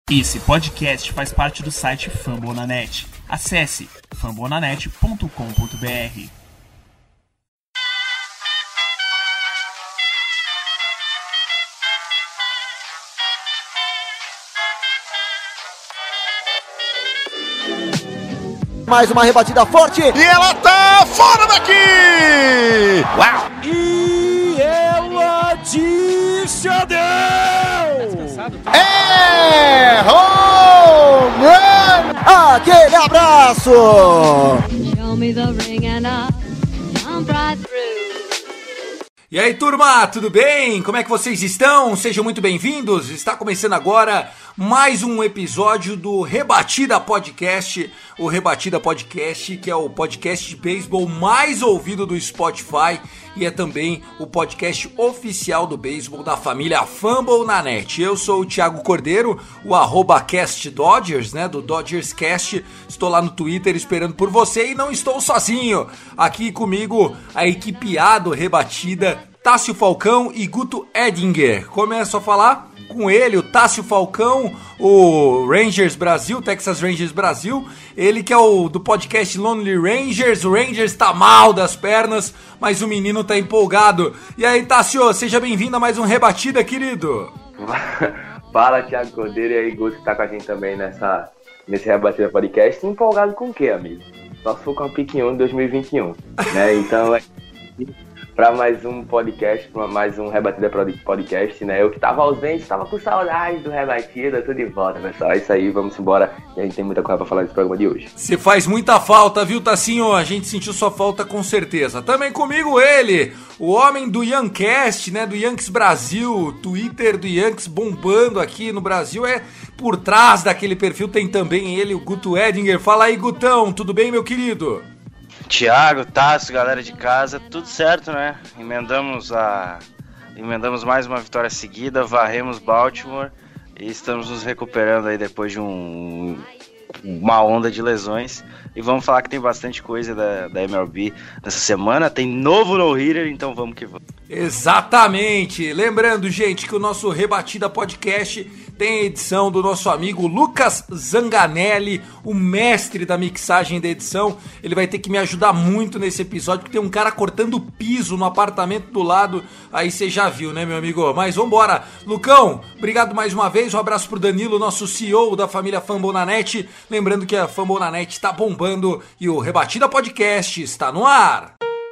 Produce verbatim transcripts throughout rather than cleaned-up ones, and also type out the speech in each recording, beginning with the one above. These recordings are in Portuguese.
Esse podcast faz parte do site Fambonanet. Acesse fambonanet ponto com ponto b r. Mais uma rebatida forte. E ela tá fora daqui! Uau! E ela disse adeus! É home run! Aquele abraço! Show me the ring and I'll jump right through. E aí, turma, tudo bem? Como é que vocês estão? Sejam muito bem-vindos. Está começando agora mais um episódio do Rebatida Podcast. O Rebatida Podcast, que é o podcast de beisebol mais ouvido do Spotify e é também o podcast oficial do beisebol da família Fambonanet. Eu sou o Thiago Cordeiro, o arroba Cast Dodgers, né, do Dodgers Cast. Estou lá no Twitter esperando por você e não estou sozinho. Aqui comigo a equipe A do Rebatida, Tássio Falcão e Guto Edinger. Começo a falar com ele, o Tássio Falcão, o Rangers Brasil, Texas Rangers Brasil, ele que é o do podcast Lonely Rangers. O Rangers tá mal das pernas, mas o menino tá empolgado. E aí, Tássio, seja bem-vindo a mais um Rebatida, querido. Fala, Thiago Cordeiro, e aí, Guto, que tá com a gente também nessa, nesse Rebatida Podcast. Empolgado com o quê, amigo? Só se for com a Pique um de dois mil e vinte e um, né? Então, é... para mais um podcast, para mais um Rebatida Podcast, né? Eu que tava ausente, tava com saudade do Rebatida, tô de volta, pessoal. É isso aí, vamos embora. E a gente tem muita coisa pra falar nesse programa de hoje. Você faz muita falta, viu, Tassinho? A gente sentiu sua falta com certeza. Também comigo ele, o homem do Yankcast, né? Do Yankees Brasil, Twitter do Yankees bombando aqui no Brasil. É por trás daquele perfil tem também ele, o Guto Edinger. Fala aí, Gutão, tudo bem, meu querido? Thiago, Tássio, galera de casa, tudo certo, né? Emendamos a emendamos mais uma vitória seguida, varremos Baltimore e estamos nos recuperando aí depois de um, uma onda de lesões. E vamos falar que tem bastante coisa da, da M L B nessa semana, tem novo no-hitter, então vamos que vamos. Exatamente! Lembrando, gente, que o nosso Rebatida Podcast tem a edição do nosso amigo Lucas Zanganelli, o mestre da mixagem da edição. Ele vai ter que me ajudar muito nesse episódio, porque tem um cara cortando piso no apartamento do lado. Aí você já viu, né, meu amigo? Mas vambora! Lucão, obrigado mais uma vez. Um abraço pro Danilo, nosso C E O da família Fambonanet. Lembrando que a Fambonanet está bombando e o Rebatida Podcast está no ar.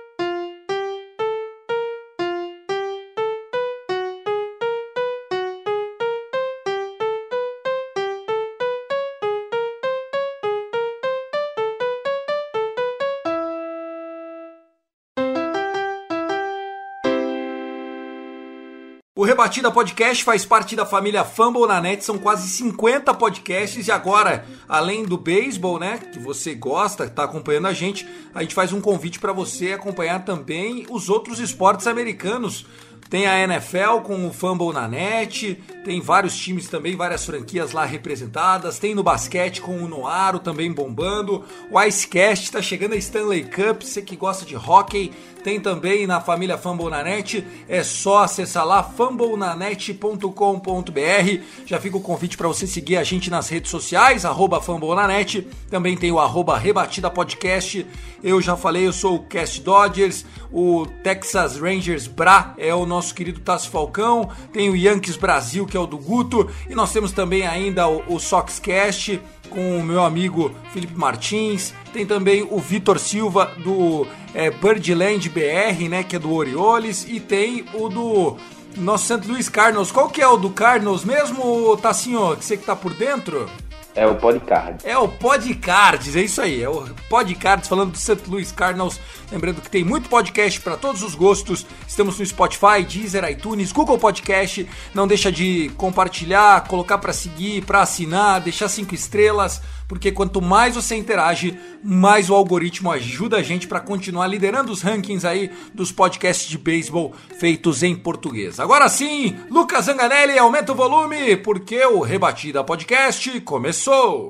O Rebatida Podcast faz parte da família Fambonanet, são quase cinquenta podcasts e agora, além do beisebol, né, que você gosta, está acompanhando a gente, a gente faz um convite para você acompanhar também os outros esportes americanos. Tem a N F L com o Fambonanet, tem vários times também, várias franquias lá representadas, tem no basquete com o Noaro também bombando, o Icecast está chegando a Stanley Cup, você que gosta de hockey, tem também na família Fambonanet, é só acessar lá fambonanet ponto com ponto b r, já fica o convite para você seguir a gente nas redes sociais, arroba Fambonanet, também tem o arroba Rebatida Podcast, eu já falei, eu sou o Cast Dodgers, o Texas Rangers Bra é o nosso querido Tássio Falcão, tem o Yankees Brasil, que é o do Guto, e nós temos também ainda o, o Soxcast com o meu amigo Felipe Martins, tem também o Vitor Silva do é, Birdland B R, né, que é do Orioles, e tem o do nosso Saint Louis Cardinals. Qual que é o do Cardinals mesmo, Tassinho, que você que tá por dentro? É o Podcards. É o Podcards, é isso aí, é o Podcards falando do Saint Louis Cardinals. Lembrando que tem muito podcast para todos os gostos. Estamos no Spotify, Deezer, iTunes, Google Podcast. Não deixa de compartilhar, colocar para seguir, para assinar, deixar cinco estrelas, porque quanto mais você interage, mais o algoritmo ajuda a gente para continuar liderando os rankings aí dos podcasts de beisebol feitos em português. Agora sim, Lucas Zanganelli, aumenta o volume, porque o Rebatida Podcast começou!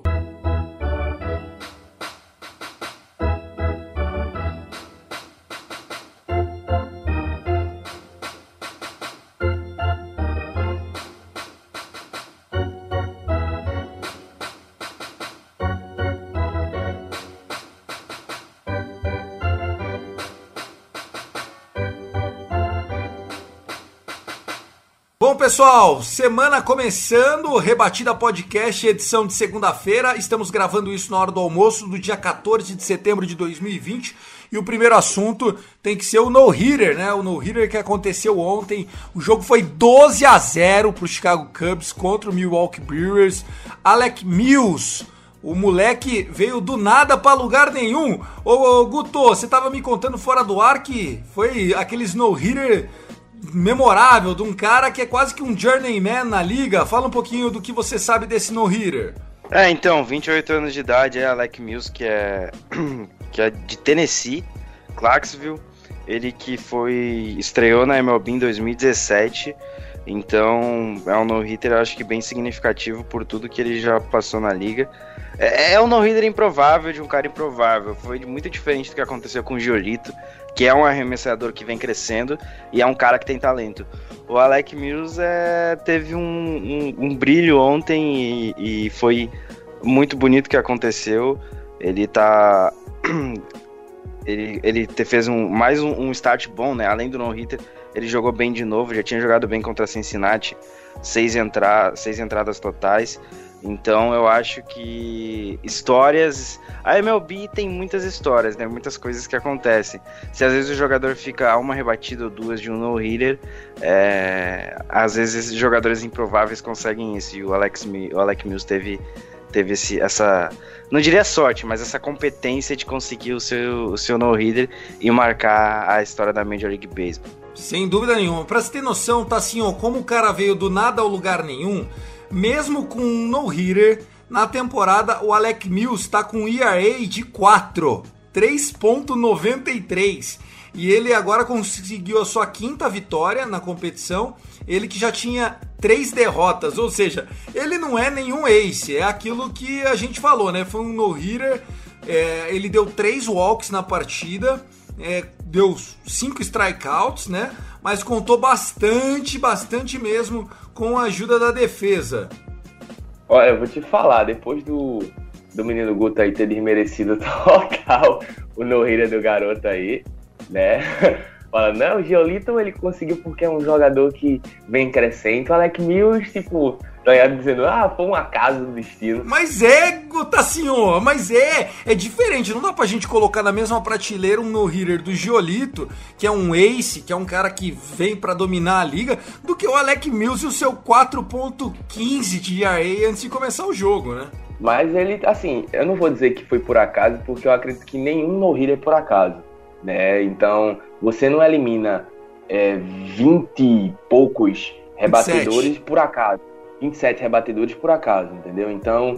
pessoal, semana começando, Rebatida Podcast, edição de segunda-feira. Estamos gravando isso na hora do almoço do dia quatorze de setembro de dois mil e vinte. E o primeiro assunto tem que ser o no-hitter, né? O no-hitter que aconteceu ontem. O jogo foi doze a zero pro Chicago Cubs contra o Milwaukee Brewers. Alec Mills, o moleque veio do nada pra lugar nenhum. Ô, ô Guto, você tava me contando fora do ar que foi aqueles no-hitter memorável de um cara que é quase que um journeyman na liga. Fala um pouquinho do que você sabe desse no-hitter. É, então, vinte e oito anos de idade, é Alec Mills, que é, que é de Tennessee, Clarksville. Ele que foi estreou na M L B em dois mil e dezessete, então é um no-hitter, eu acho que bem significativo por tudo que ele já passou na liga. É, é um no-hitter improvável de um cara improvável, foi muito diferente do que aconteceu com o Giolito, que é um arremessador que vem crescendo e é um cara que tem talento. O Alec Mills é, teve um, um, um brilho ontem e, e foi muito bonito o que aconteceu. Ele tá... ele, ele fez um, mais um, um start bom, né? Além do no-hitter, ele jogou bem de novo, já tinha jogado bem contra Cincinnati, seis, entra, seis entradas totais. Então eu acho que histórias... A M L B tem muitas histórias, né? Muitas coisas que acontecem. Se às vezes o jogador fica a uma rebatida ou duas de um no-hitter, é... às vezes esses jogadores improváveis conseguem isso. E o, Alex, o Alec Mills teve, teve esse, essa... Não diria sorte, mas essa competência de conseguir o seu, o seu no-hitter e marcar a história da Major League Baseball. Sem dúvida nenhuma. Pra você ter noção, tá assim, ó, como o cara veio do nada ao lugar nenhum... Mesmo com um no-hitter, na temporada o Alec Mills está com um E R A de quatro, três ponto noventa e três. E ele agora conseguiu a sua quinta vitória na competição, ele que já tinha três derrotas, ou seja, ele não é nenhum ace, é aquilo que a gente falou, né? Foi um no-hitter, é, ele deu três walks na partida, é, deu cinco strikeouts, né? Mas contou bastante, bastante mesmo com a ajuda da defesa. Olha, eu vou te falar, depois do, do menino Guto aí ter desmerecido total o no-hitter do garoto aí, né? Fala, não, o Giolito ele conseguiu porque é um jogador que vem crescendo. O Alec Mills, tipo, tá dizendo, ah, foi um acaso do destino. Mas é, Gotacinho, mas é, é diferente. Não dá pra gente colocar na mesma prateleira um no-hitter do Giolito, que é um ace, que é um cara que vem pra dominar a liga, do que o Alec Mills e o seu quatro ponto quinze de E R A antes de começar o jogo, né? Mas ele, assim, eu não vou dizer que foi por acaso, porque eu acredito que nenhum no-hitter é por acaso, né? Então, você não elimina é, vinte e poucos rebatedores vinte e sete por acaso. vinte e sete rebatedores por acaso, entendeu? Então,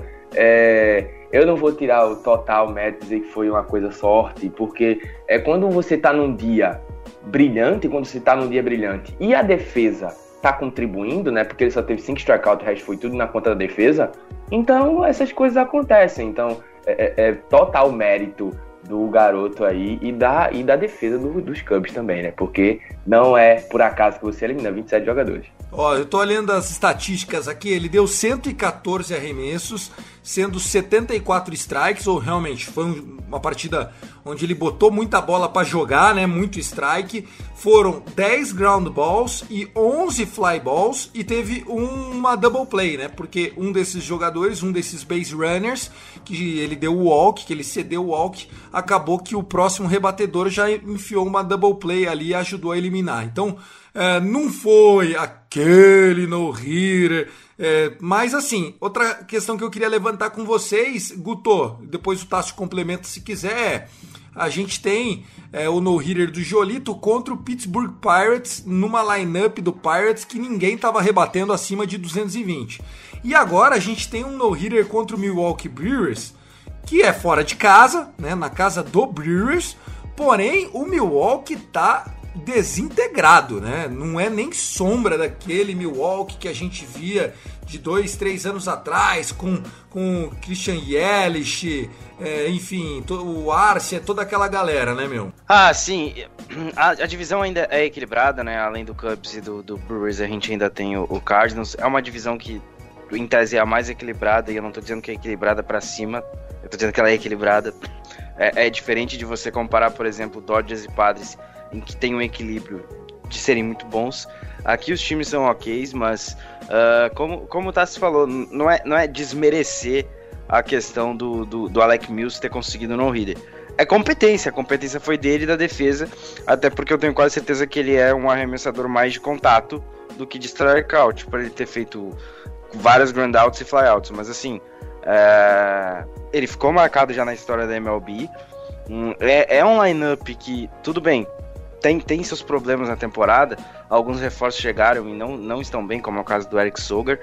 é, eu não vou tirar o total mérito e dizer que foi uma coisa sorte, porque é quando você tá num dia brilhante, quando você tá num dia brilhante e a defesa tá contribuindo, né? Porque ele só teve cinco strikeouts, o resto foi tudo na conta da defesa. Então, essas coisas acontecem. Então, é, é, é total mérito do garoto aí e da, e da defesa do, dos Cubs também, né? Porque não é por acaso que você elimina vinte e sete jogadores. Ó, eu tô olhando as estatísticas aqui, ele deu cento e quatorze arremessos, sendo setenta e quatro strikes, ou realmente foi uma partida onde ele botou muita bola pra jogar, né? Muito strike. Foram dez ground balls e onze fly balls e teve uma double play, né? Porque um desses jogadores, um desses base runners, que ele deu o walk, que ele cedeu o walk, acabou que o próximo rebatedor já enfiou uma double play ali e ajudou a eliminar. Então, é, não foi aquele no-hitter, é, mas assim, outra questão que eu queria levantar com vocês, Guto, depois o Tássio complementa se quiser, a gente tem é, o no-hitter do Giolito contra o Pittsburgh Pirates, numa lineup do Pirates que ninguém estava rebatendo acima de duzentos e vinte. E agora a gente tem um no-hitter contra o Milwaukee Brewers, que é fora de casa, né, na casa do Brewers, porém o Milwaukee tá desintegrado, né? Não é nem sombra daquele Milwaukee que a gente via de dois, três anos atrás, com, com Christian Yelich, é, enfim, to, o Arce, toda aquela galera, né, meu? Ah, sim. A, a divisão ainda é equilibrada, né? Além do Cubs e do, do Brewers, a gente ainda tem o, o Cardinals. É uma divisão que, em tese, é a mais equilibrada, e eu não tô dizendo que é equilibrada pra cima, eu tô dizendo que ela é equilibrada. É, é diferente de você comparar, por exemplo, Dodgers e Padres, em que tem um equilíbrio de serem muito bons. Aqui os times são ok, mas uh, como, como o Tassi falou, não é, não é desmerecer a questão do, do, do Alec Mills ter conseguido o no-hitter. É competência, a competência foi dele e da defesa, até porque eu tenho quase certeza que ele é um arremessador mais de contato do que de strikeout, por ele ter feito vários groundouts e flyouts, mas assim, é, ele ficou marcado já na história da M L B. Um, é, é um line-up que, tudo bem, Tem, tem seus problemas na temporada, alguns reforços chegaram e não, não estão bem, como é o caso do Eric Sogar,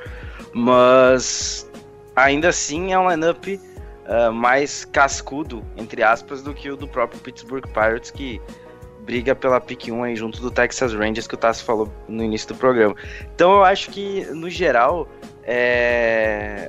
mas ainda assim é um lineup uh, mais cascudo, entre aspas, do que o do próprio Pittsburgh Pirates, que briga pela pick um aí junto do Texas Rangers, que o Tassi falou no início do programa. Então eu acho que, no geral, é,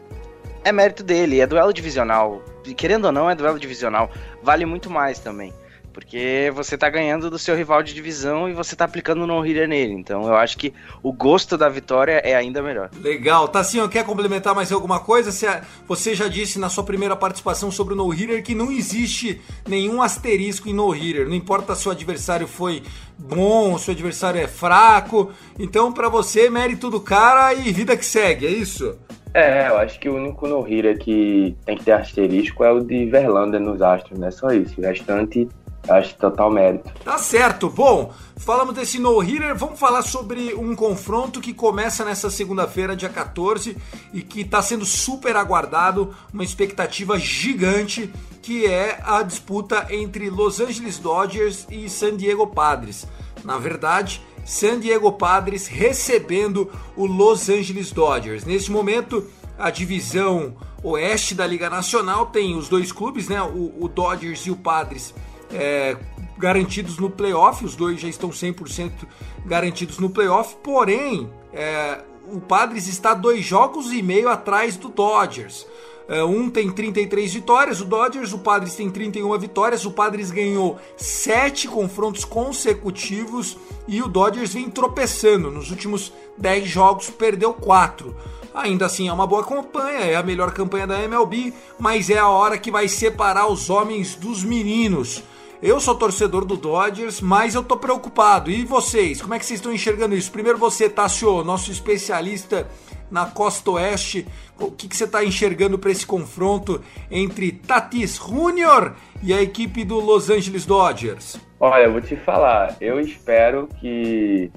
é mérito dele, é duelo divisional, querendo ou não é duelo divisional, vale muito mais também. Porque você tá ganhando do seu rival de divisão e você tá aplicando um no-hitter nele. Então eu acho que o gosto da vitória é ainda melhor. Legal. Tassinho, quer complementar mais alguma coisa? Você já disse na sua primeira participação sobre o no-hitter que não existe nenhum asterisco em no-hitter. Não importa se o adversário foi bom, se o adversário é fraco. Então pra você, mérito do cara e vida que segue, é isso? É, eu acho que o único no-hitter que tem que ter asterisco é o de Verlander nos Astros, né? Só isso. O restante... acho total mérito. Tá certo. Bom, falamos desse no-hitter, vamos falar sobre um confronto que começa nessa segunda-feira, dia quatorze, e que tá sendo super aguardado, uma expectativa gigante, que é a disputa entre Los Angeles Dodgers e San Diego Padres. Na verdade, San Diego Padres recebendo o Los Angeles Dodgers. Nesse momento, a divisão oeste da Liga Nacional tem os dois clubes, né? O, o Dodgers e o Padres É, garantidos no playoff, os dois já estão cem por cento garantidos no playoff, porém é, o Padres está dois jogos e meio atrás do Dodgers. É, um tem trinta e três vitórias, o Dodgers, o Padres tem trinta e uma vitórias, o Padres ganhou sete confrontos consecutivos e o Dodgers vem tropeçando, nos últimos dez jogos perdeu quatro. Ainda assim é uma boa campanha, é a melhor campanha da M L B, mas é a hora que vai separar os homens dos meninos. Eu sou torcedor do Dodgers, mas eu tô preocupado. E vocês, como é que vocês estão enxergando isso? Primeiro você, Tassio, nosso especialista na Costa Oeste, o que, que você está enxergando para esse confronto entre Tatis Júnior e a equipe do Los Angeles Dodgers? Olha, eu vou te falar, eu espero que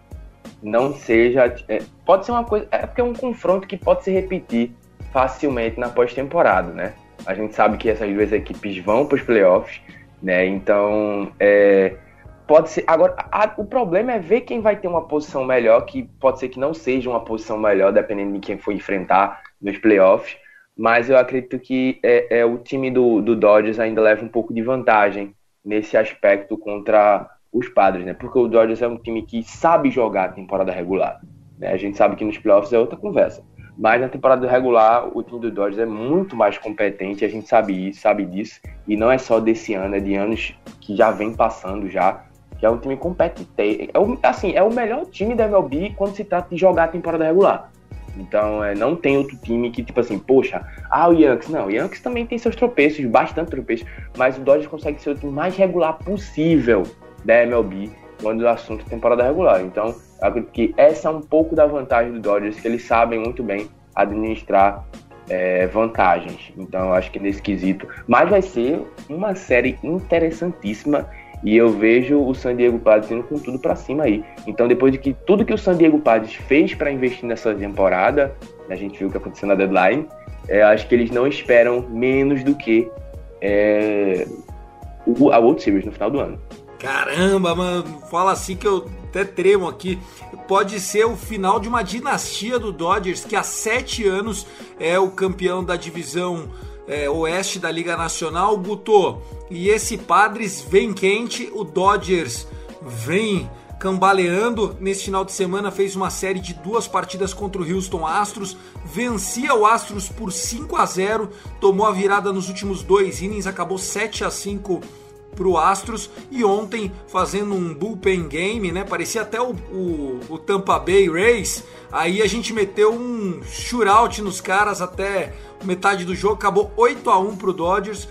não seja... É, pode ser uma coisa... É porque é um confronto que pode se repetir facilmente na pós-temporada, né? A gente sabe que essas duas equipes vão para os playoffs, né? Então, é, pode ser... Agora, a, o problema é ver quem vai ter uma posição melhor, que pode ser que não seja uma posição melhor, dependendo de quem for enfrentar nos playoffs, mas eu acredito que é, é, o time do, do Dodgers ainda leva um pouco de vantagem nesse aspecto contra os Padres, né? Porque o Dodgers é um time que sabe jogar a temporada regular, né? A gente sabe que nos playoffs é outra conversa, mas na temporada regular o time do Dodgers é muito mais competente, a gente sabe isso, sabe disso, e não é só desse ano, é de anos que já vem passando já, que é um time competente, é o, assim, é o melhor time da M L B quando se trata de jogar a temporada regular. Então, é, não tem outro time que, tipo assim, poxa, ah, o Yankees, não, o Yankees também tem seus tropeços, bastante tropeços, mas o Dodgers consegue ser o time mais regular possível da M L B quando o assunto é temporada regular. Então, eu acredito que essa é um pouco da vantagem do Dodgers, que eles sabem muito bem administrar é, vantagens. Então, eu acho que nesse quesito, mas vai ser uma série interessantíssima e eu vejo o San Diego Padres indo com tudo pra cima aí. Então, depois de que tudo que o San Diego Padres fez para investir nessa temporada, a gente viu o que aconteceu na deadline, é, acho que eles não esperam menos do que é, o, a World Series no final do ano. Caramba, mano, fala assim que eu até tremo aqui. Pode ser o final de uma dinastia do Dodgers, que há sete anos é o campeão da divisão é, oeste da Liga Nacional, Guto. E esse Padres vem quente, o Dodgers vem cambaleando. Nesse final de semana fez uma série de duas partidas contra o Houston Astros, vencia o Astros por cinco a zero, tomou a virada nos últimos dois innings, acabou sete a cinco pro Astros, e ontem fazendo um bullpen game, né, parecia até o, o, o Tampa Bay Rays, aí a gente meteu um shootout nos caras até metade do jogo, acabou oito a um pro Dodgers,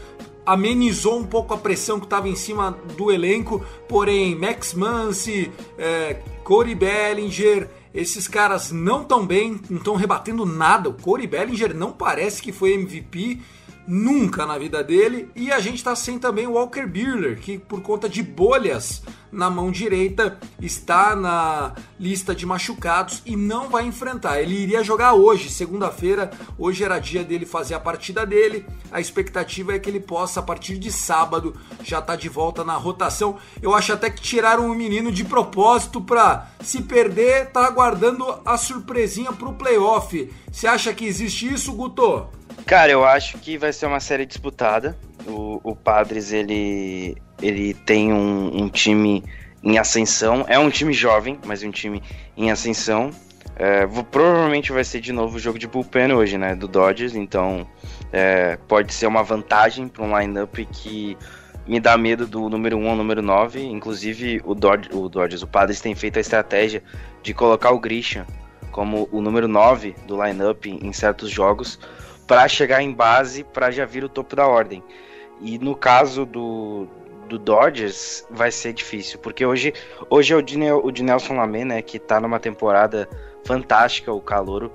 amenizou um pouco a pressão que estava em cima do elenco, porém Max Muncy, é, Cody Bellinger, esses caras não estão bem, não estão rebatendo nada. O Cody Bellinger não parece que foi M V P nunca na vida dele, e a gente está sem também o Walker Buehler, que por conta de bolhas na mão direita está na lista de machucados e não vai enfrentar. Ele iria jogar hoje, segunda-feira, hoje era dia dele fazer a partida dele, a expectativa é que ele possa a partir de sábado já estar tá de volta na rotação. Eu acho até que tiraram o menino de propósito para, se perder, tá aguardando a surpresinha pro playoff. Você acha que existe isso, Guto? Cara, eu acho que vai ser uma série disputada. O, o Padres, ele, ele tem um, um time em ascensão. É um time jovem, mas um time em ascensão. É, vou, provavelmente vai ser de novo o jogo de bullpen hoje, né, do Dodgers. Então, é, pode ser uma vantagem para um lineup que me dá medo do número um ao número nove. Inclusive, o, Dod- o Dodgers, o Padres tem feito a estratégia de colocar o Grisham como o número nove do lineup em certos jogos, para chegar em base, para já vir o topo da ordem. E no caso do, do Dodgers, vai ser difícil, porque hoje, hoje é o, Dinel, o Dinelson Lamet, né, que tá numa temporada fantástica, o calouro.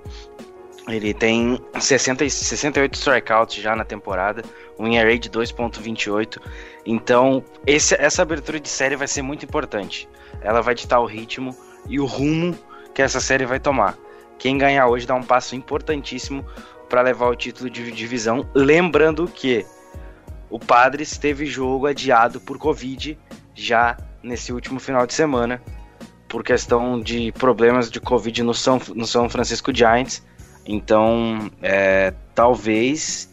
Ele tem sessenta, sessenta e oito strikeouts já na temporada, um E R A de dois ponto vinte e oito. Então, esse, essa abertura de série vai ser muito importante. Ela vai ditar o ritmo e o rumo que essa série vai tomar. Quem ganhar hoje dá um passo importantíssimo para levar o título de divisão, lembrando que o Padres teve jogo adiado por Covid já nesse último final de semana, por questão de problemas de Covid no São, no São Francisco Giants. Então, é, talvez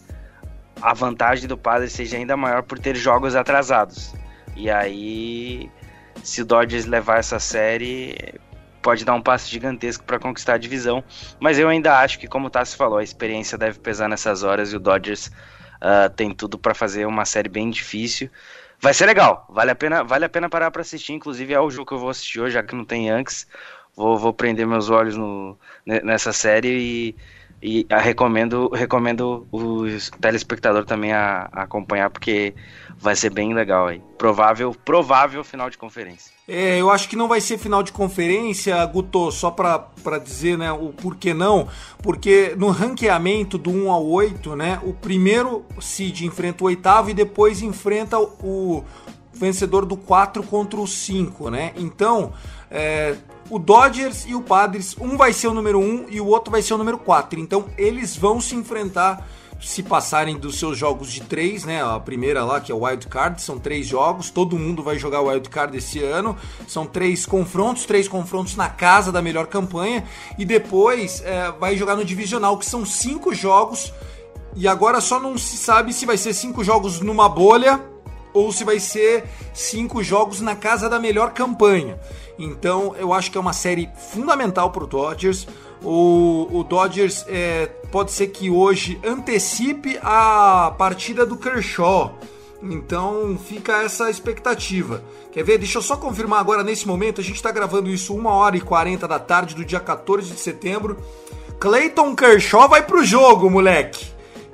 a vantagem do Padres seja ainda maior por ter jogos atrasados. E aí, se o Dodgers levar essa série, pode dar um passo gigantesco para conquistar a divisão, mas eu ainda acho que, como o Tassi falou, a experiência deve pesar nessas horas e o Dodgers uh, tem tudo para fazer uma série bem difícil. Vai ser legal, vale a pena, vale a pena parar para assistir, inclusive é o jogo que eu vou assistir hoje, já que não tem Yankees, vou, vou prender meus olhos no, nessa série e, e a recomendo, recomendo o telespectador também a, a acompanhar, porque vai ser bem legal aí. Provável, provável final de conferência. É, eu acho que não vai ser final de conferência, Guto, só pra, pra dizer, né, o porquê não, porque no ranqueamento do um ao oito, né, o primeiro seed enfrenta o oitavo e depois enfrenta o vencedor do quatro contra o cinco, né, então, é, o Dodgers e o Padres, um vai ser o número um e o outro vai ser o número quatro, então eles vão se enfrentar, se passarem dos seus jogos de três, né, a primeira lá que é o Wild Card, são três jogos, todo mundo vai jogar o Wild Card esse ano, são três confrontos, três confrontos na casa da melhor campanha, e depois é, vai jogar no Divisional, que são cinco jogos, e agora só não se sabe se vai ser cinco jogos numa bolha, ou se vai ser cinco jogos na casa da melhor campanha. Então eu acho que é uma série fundamental para o Dodgers. O, o Dodgers é, pode ser que hoje antecipe a partida do Kershaw, então fica essa expectativa. Quer ver? Deixa eu só confirmar agora nesse momento, a gente está gravando isso uma hora e quarenta da tarde do dia quatorze de setembro. Clayton Kershaw vai pro jogo, moleque!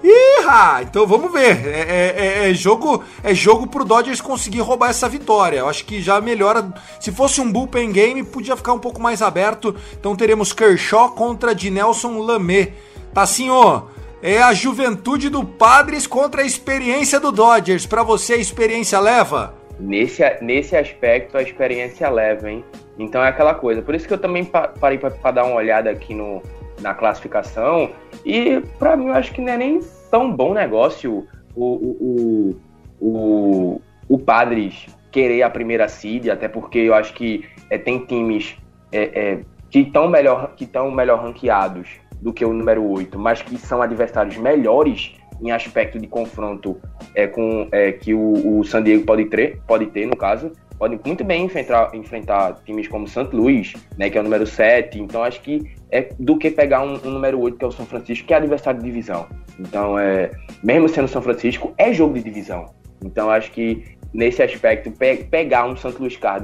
Ih, então vamos ver, é, é, é, jogo, é jogo pro Dodgers conseguir roubar essa vitória. Eu acho que já melhora, se fosse um bullpen game podia ficar um pouco mais aberto. Então teremos Kershaw contra Dinelson Lamet. Tá assim, ó, é a juventude do Padres contra a experiência do Dodgers. Pra você a experiência leva? Nesse, nesse aspecto a experiência leva, hein? Então é aquela coisa, por isso que eu também parei pra, pra dar uma olhada aqui no, na classificação. E pra mim eu acho que não é nem tão bom negócio o, o, o, o, o Padres querer a primeira seed, até porque eu acho que é, tem times é, é, que estão melhor, que estão melhor ranqueados do que o número oito, mas que são adversários melhores em aspecto de confronto é, com, é, que o, o San Diego pode ter, pode ter, no caso. Pode muito bem enfrentar, enfrentar times como Saint Louis, né, que é o número sete. Então, acho que é do que pegar um, um número oito, que é o São Francisco, que é adversário de divisão. Então, é, mesmo sendo São Francisco, é jogo de divisão. Então, acho que nesse aspecto, pe- pegar um Saint Louis Cardinals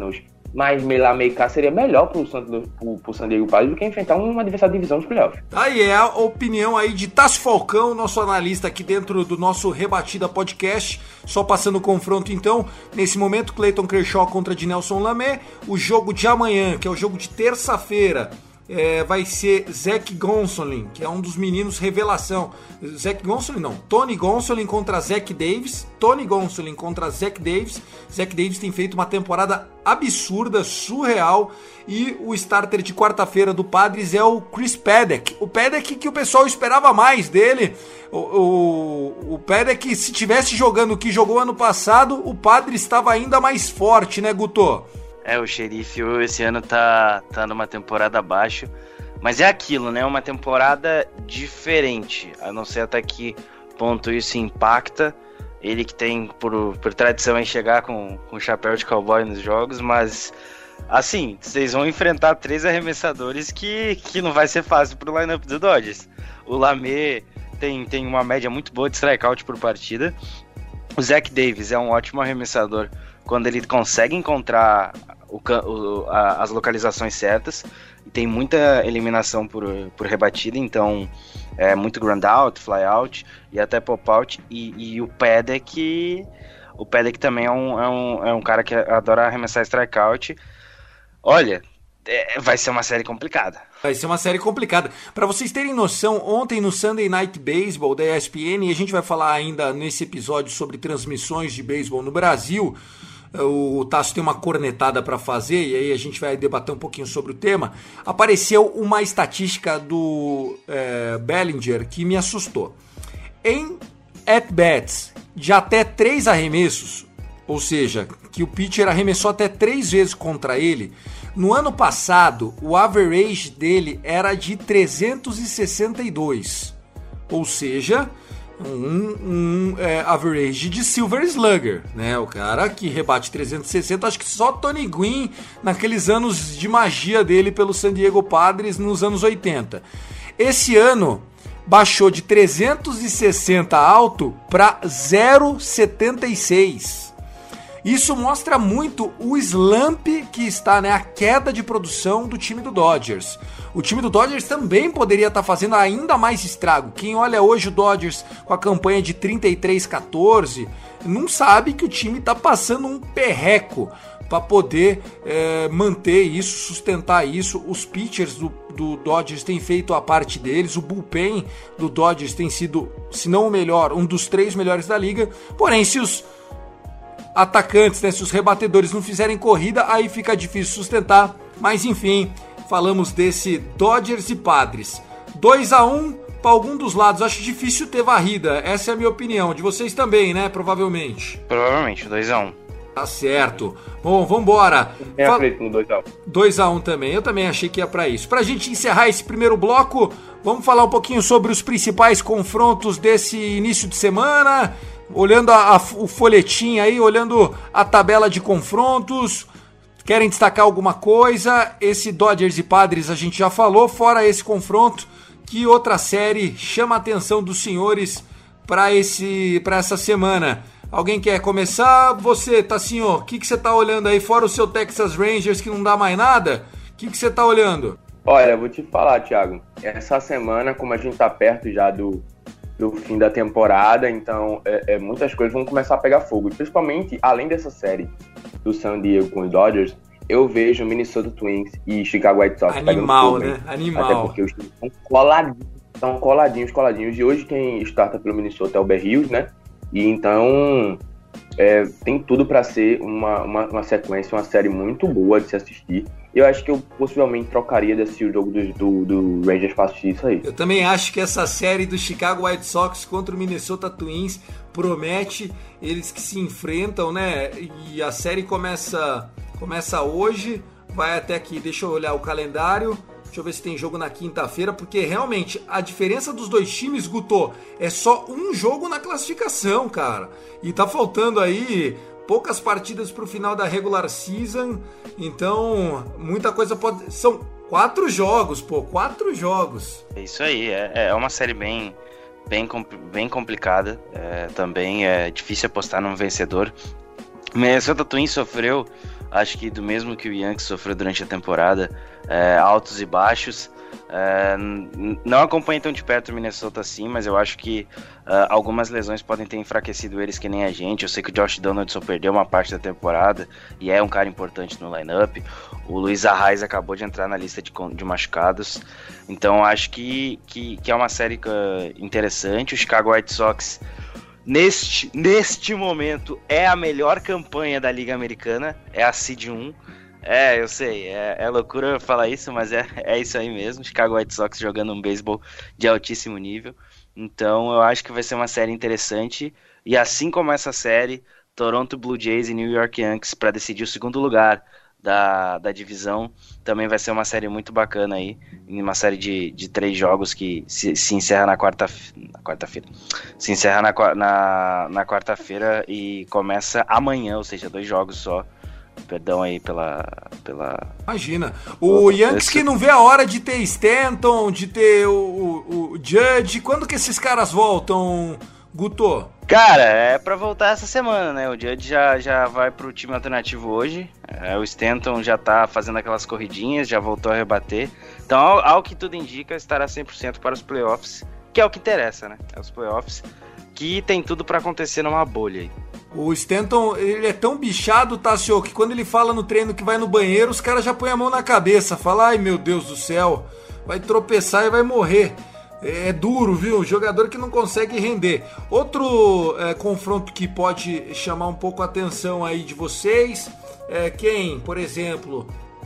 mais meio meio cá seria melhor pro, pro, pro San Diego Padres do que enfrentar um adversário de divisão dos playoffs. Aí é a opinião aí de Tássio Falcão, nosso analista aqui dentro do nosso Rebatida Podcast. Só passando o confronto então, nesse momento Clayton Kershaw contra Dinelson Lamet. O jogo de amanhã, que é o jogo de terça-feira, É, vai ser Zach Gonsolin, que é um dos meninos revelação. Zach Gonsolin não, Tony Gonsolin contra Zach Davis. Tony Gonsolin contra Zach Davis. Zach Davis tem feito uma temporada absurda, surreal. E o starter de quarta-feira do Padres é o Chris Paddack. O Paddack que o pessoal esperava mais dele. O, o, o Paddack, se tivesse jogando o que jogou ano passado, o Padres estava ainda mais forte, né, Guto? É, o Xerife esse ano tá, tá numa temporada abaixo, mas é aquilo, né? Uma temporada diferente, a não ser até que ponto isso impacta. Ele que tem por, por tradição em chegar com, com chapéu de cowboy nos jogos, mas assim, vocês vão enfrentar três arremessadores que, que não vai ser fácil pro lineup do Dodgers. O Lamet tem, tem uma média muito boa de strikeout por partida. O Zach Davis é um ótimo arremessador quando ele consegue encontrar o, o, a, as localizações certas, e tem muita eliminação por, por rebatida, então é muito ground out, fly out e até pop out, e, e o Paddack, o Paddack também é um, é, um, é um cara que adora arremessar strikeout. Olha, é, vai ser uma série complicada. Vai ser uma série complicada. Para vocês terem noção, ontem no Sunday Night Baseball da E S P N, e a gente vai falar ainda nesse episódio sobre transmissões de beisebol no Brasil, o Tasso tem uma cornetada para fazer e aí a gente vai debater um pouquinho sobre o tema. Apareceu uma estatística do é, Bellinger que me assustou. Em at-bats de até três arremessos, ou seja, que o pitcher arremessou até três vezes contra ele, no ano passado o average dele era de trezentos e sessenta e dois, ou seja, um, um é, average de Silver Slugger, né? O cara que rebate trezentos e sessenta, acho que só Tony Gwynn naqueles anos de magia dele pelo San Diego Padres nos anos oitenta. Esse ano baixou de trezentos e sessenta alto para zero vírgula setenta e seis. Isso mostra muito o slump que está, né, a queda de produção do time do Dodgers. O time do Dodgers também poderia estar fazendo ainda mais estrago. Quem olha hoje o Dodgers com a campanha de trinta e três a quatorze, não sabe que o time está passando um perreco para poder é, manter isso, sustentar isso. Os pitchers do, do Dodgers têm feito a parte deles, o bullpen do Dodgers tem sido, se não o melhor, um dos três melhores da liga. Porém, se os atacantes, né, se os rebatedores não fizerem corrida, aí fica difícil sustentar. Mas enfim, falamos desse Dodgers e Padres. dois a um para algum dos lados. Acho difícil ter varrida, essa é a minha opinião. De vocês também, né, provavelmente. Provavelmente, dois a um. Tá certo. Bom, vambora. Eu Fal... acredito no dois a um. dois a um também, eu também achei que ia para isso. Pra gente encerrar esse primeiro bloco, vamos falar um pouquinho sobre os principais confrontos desse início de semana. Olhando a, a, o folhetim aí, olhando a tabela de confrontos, querem destacar alguma coisa? Esse Dodgers e Padres a gente já falou, fora esse confronto, que outra série chama a atenção dos senhores para esse, para essa semana? Alguém quer começar? Você, Tassinho, o que, que você tá olhando aí, fora o seu Texas Rangers que não dá mais nada? O que, que você tá olhando? Olha, vou te falar, Thiago, essa semana, como a gente tá perto já do... do fim da temporada, então é, é, muitas coisas vão começar a pegar fogo, principalmente além dessa série do San Diego com os Dodgers, eu vejo Minnesota Twins e Chicago White Sox animal, pegando fogo, né? Animal. Até porque os times estão coladinhos, estão coladinhos, coladinhos, e hoje quem starta pelo Minnesota é o Berrios, né? E então é, tem tudo para ser uma, uma, uma sequência, uma série muito boa de se assistir. Eu acho que eu possivelmente trocaria de assistir o jogo do, do, do Rangers para assistir isso aí. Eu também acho que essa série do Chicago White Sox contra o Minnesota Twins promete, eles que se enfrentam, né? E a série começa, começa hoje, vai até aqui, deixa eu olhar o calendário, deixa eu ver se tem jogo na quinta-feira, porque realmente a diferença dos dois times, Guto, é só um jogo na classificação, cara. E tá faltando aí poucas partidas pro final da regular season, então muita coisa pode... São quatro jogos, pô, quatro jogos. É isso aí, é, é uma série bem, bem, bem complicada, é, também é difícil apostar num vencedor. O Minnesota Twins sofreu Acho que do mesmo que o Yankees sofreu durante a temporada, é, altos e baixos. É, não acompanho tão de perto o Minnesota assim, mas eu acho que uh, algumas lesões podem ter enfraquecido eles que nem a gente. Eu sei que o Josh Donaldson perdeu uma parte da temporada e é um cara importante no lineup. O Luis Arraez acabou de entrar na lista de, de machucados. Então acho que, que, que é uma série uh, interessante. O Chicago White Sox neste, neste momento é a melhor campanha da Liga Americana, é a Seed um. É, eu sei, é, é loucura falar isso, mas é, é isso aí mesmo. Chicago White Sox jogando um beisebol de altíssimo nível. Então eu acho que vai ser uma série interessante. E assim como essa série, Toronto Blue Jays e New York Yankees para decidir o segundo lugar da, da divisão, também vai ser uma série muito bacana aí. Uma série de, de três jogos que se, se encerra na quarta-feira. Na quarta-feira. Se encerra na, na, na quarta-feira e começa amanhã, ou seja, dois jogos só. Perdão aí pela... pela... Imagina. O Yankees que não vê a hora de ter Stanton, de ter o, o, o Judge. Quando que esses caras voltam, Guto? Cara, é pra voltar essa semana, né? O Judge já, já vai pro time alternativo hoje. É, o Stanton já tá fazendo aquelas corridinhas, já voltou a rebater. Então, ao, ao que tudo indica, estará cem por cento para os playoffs, que é o que interessa, né? É os playoffs, que tem tudo pra acontecer numa bolha aí. O Stanton, ele é tão bichado, Tassio, que quando ele fala no treino que vai no banheiro, os caras já põem a mão na cabeça, falam, ai meu Deus do céu, vai tropeçar e vai morrer. É duro, viu? Jogador que não consegue render. Outro é, confronto que pode chamar um pouco a atenção aí de vocês, é quem, por exemplo,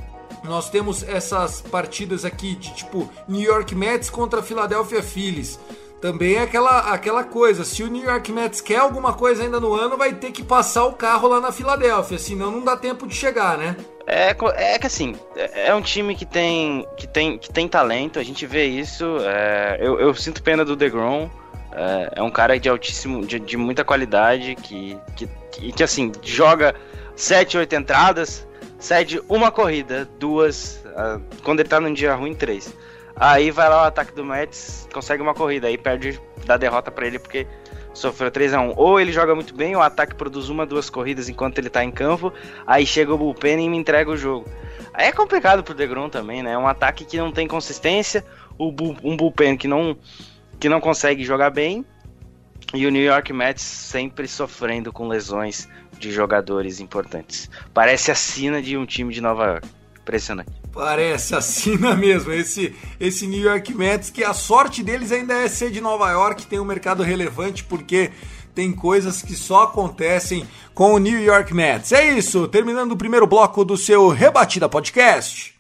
nós temos essas partidas aqui de tipo New York Mets contra Philadelphia Phillies. Também é aquela, aquela coisa, se o New York Mets quer alguma coisa ainda no ano, vai ter que passar o carro lá na Filadélfia, senão não dá tempo de chegar, né? É, é que assim, é um time que tem, que tem, que tem talento, a gente vê isso, é, eu, eu sinto pena do DeGrom, é, é um cara de altíssimo, de, de muita qualidade, que, que, que, que assim, joga sete, oito entradas, cede uma corrida, duas, uh, quando ele tá num dia ruim, três. Aí vai lá o ataque do Mets, consegue uma corrida, aí perde, dá derrota pra ele porque sofreu três a um. Ou ele joga muito bem, o ataque produz uma, duas corridas enquanto ele tá em campo, aí chega o bullpen e me entrega o jogo. Aí é complicado pro DeGrom também, né? É um ataque que não tem consistência, o bull, um bullpen que não, que não consegue jogar bem, e o New York Mets sempre sofrendo com lesões de jogadores importantes. Parece a sina de um time de Nova York. Impressionante. Parece a sina mesmo, esse, esse New York Mets, que a sorte deles ainda é ser de Nova York, tem um mercado relevante, porque tem coisas que só acontecem com o New York Mets. É isso, terminando o primeiro bloco do seu Rebatida Podcast.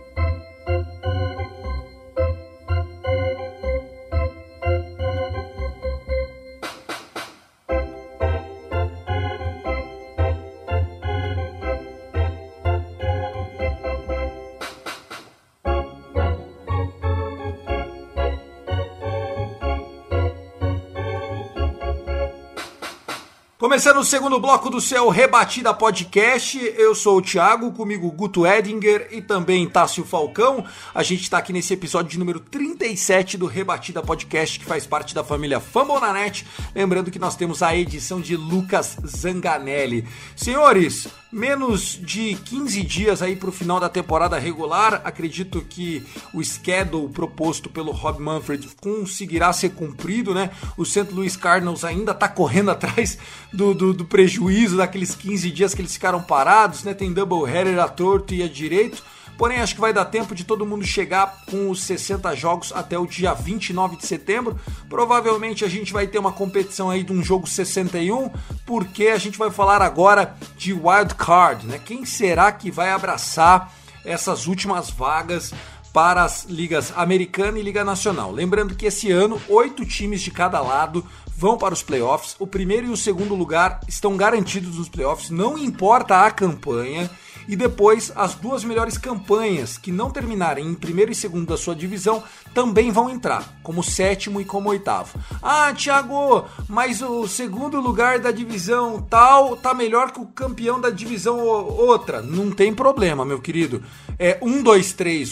Começando o segundo bloco do seu Rebatida Podcast, eu sou o Thiago, comigo Guto Edinger e também Tássio Falcão. A gente está aqui nesse episódio de número trinta e sete do Rebatida Podcast, que faz parte da família Fambonanet. Lembrando que nós temos a edição de Lucas Zanganelli. Senhores, menos de quinze dias aí para o final da temporada regular. Acredito que o schedule proposto pelo Rob Manfred conseguirá ser cumprido, né? O Saint Louis Cardinals ainda está correndo atrás do, do, do prejuízo daqueles quinze dias que eles ficaram parados, né? Tem doubleheader à torto e à direito. Porém, acho que vai dar tempo de todo mundo chegar com os sessenta jogos até o dia vinte e nove de setembro. Provavelmente a gente vai ter uma competição aí de um jogo sessenta e um, porque a gente vai falar agora de Wild Card, né? Quem será que vai abraçar essas últimas vagas para as ligas americana e Liga Nacional? Lembrando que esse ano, oito times de cada lado vão para os playoffs. O primeiro e o segundo lugar estão garantidos nos playoffs, não importa a campanha. E depois, as duas melhores campanhas que não terminarem em primeiro e segundo da sua divisão também vão entrar, como sétimo e como oitavo. Ah, Thiago, mas o segundo lugar da divisão tal tá melhor que o campeão da divisão outra. Não tem problema, meu querido. É um, dois, três, os três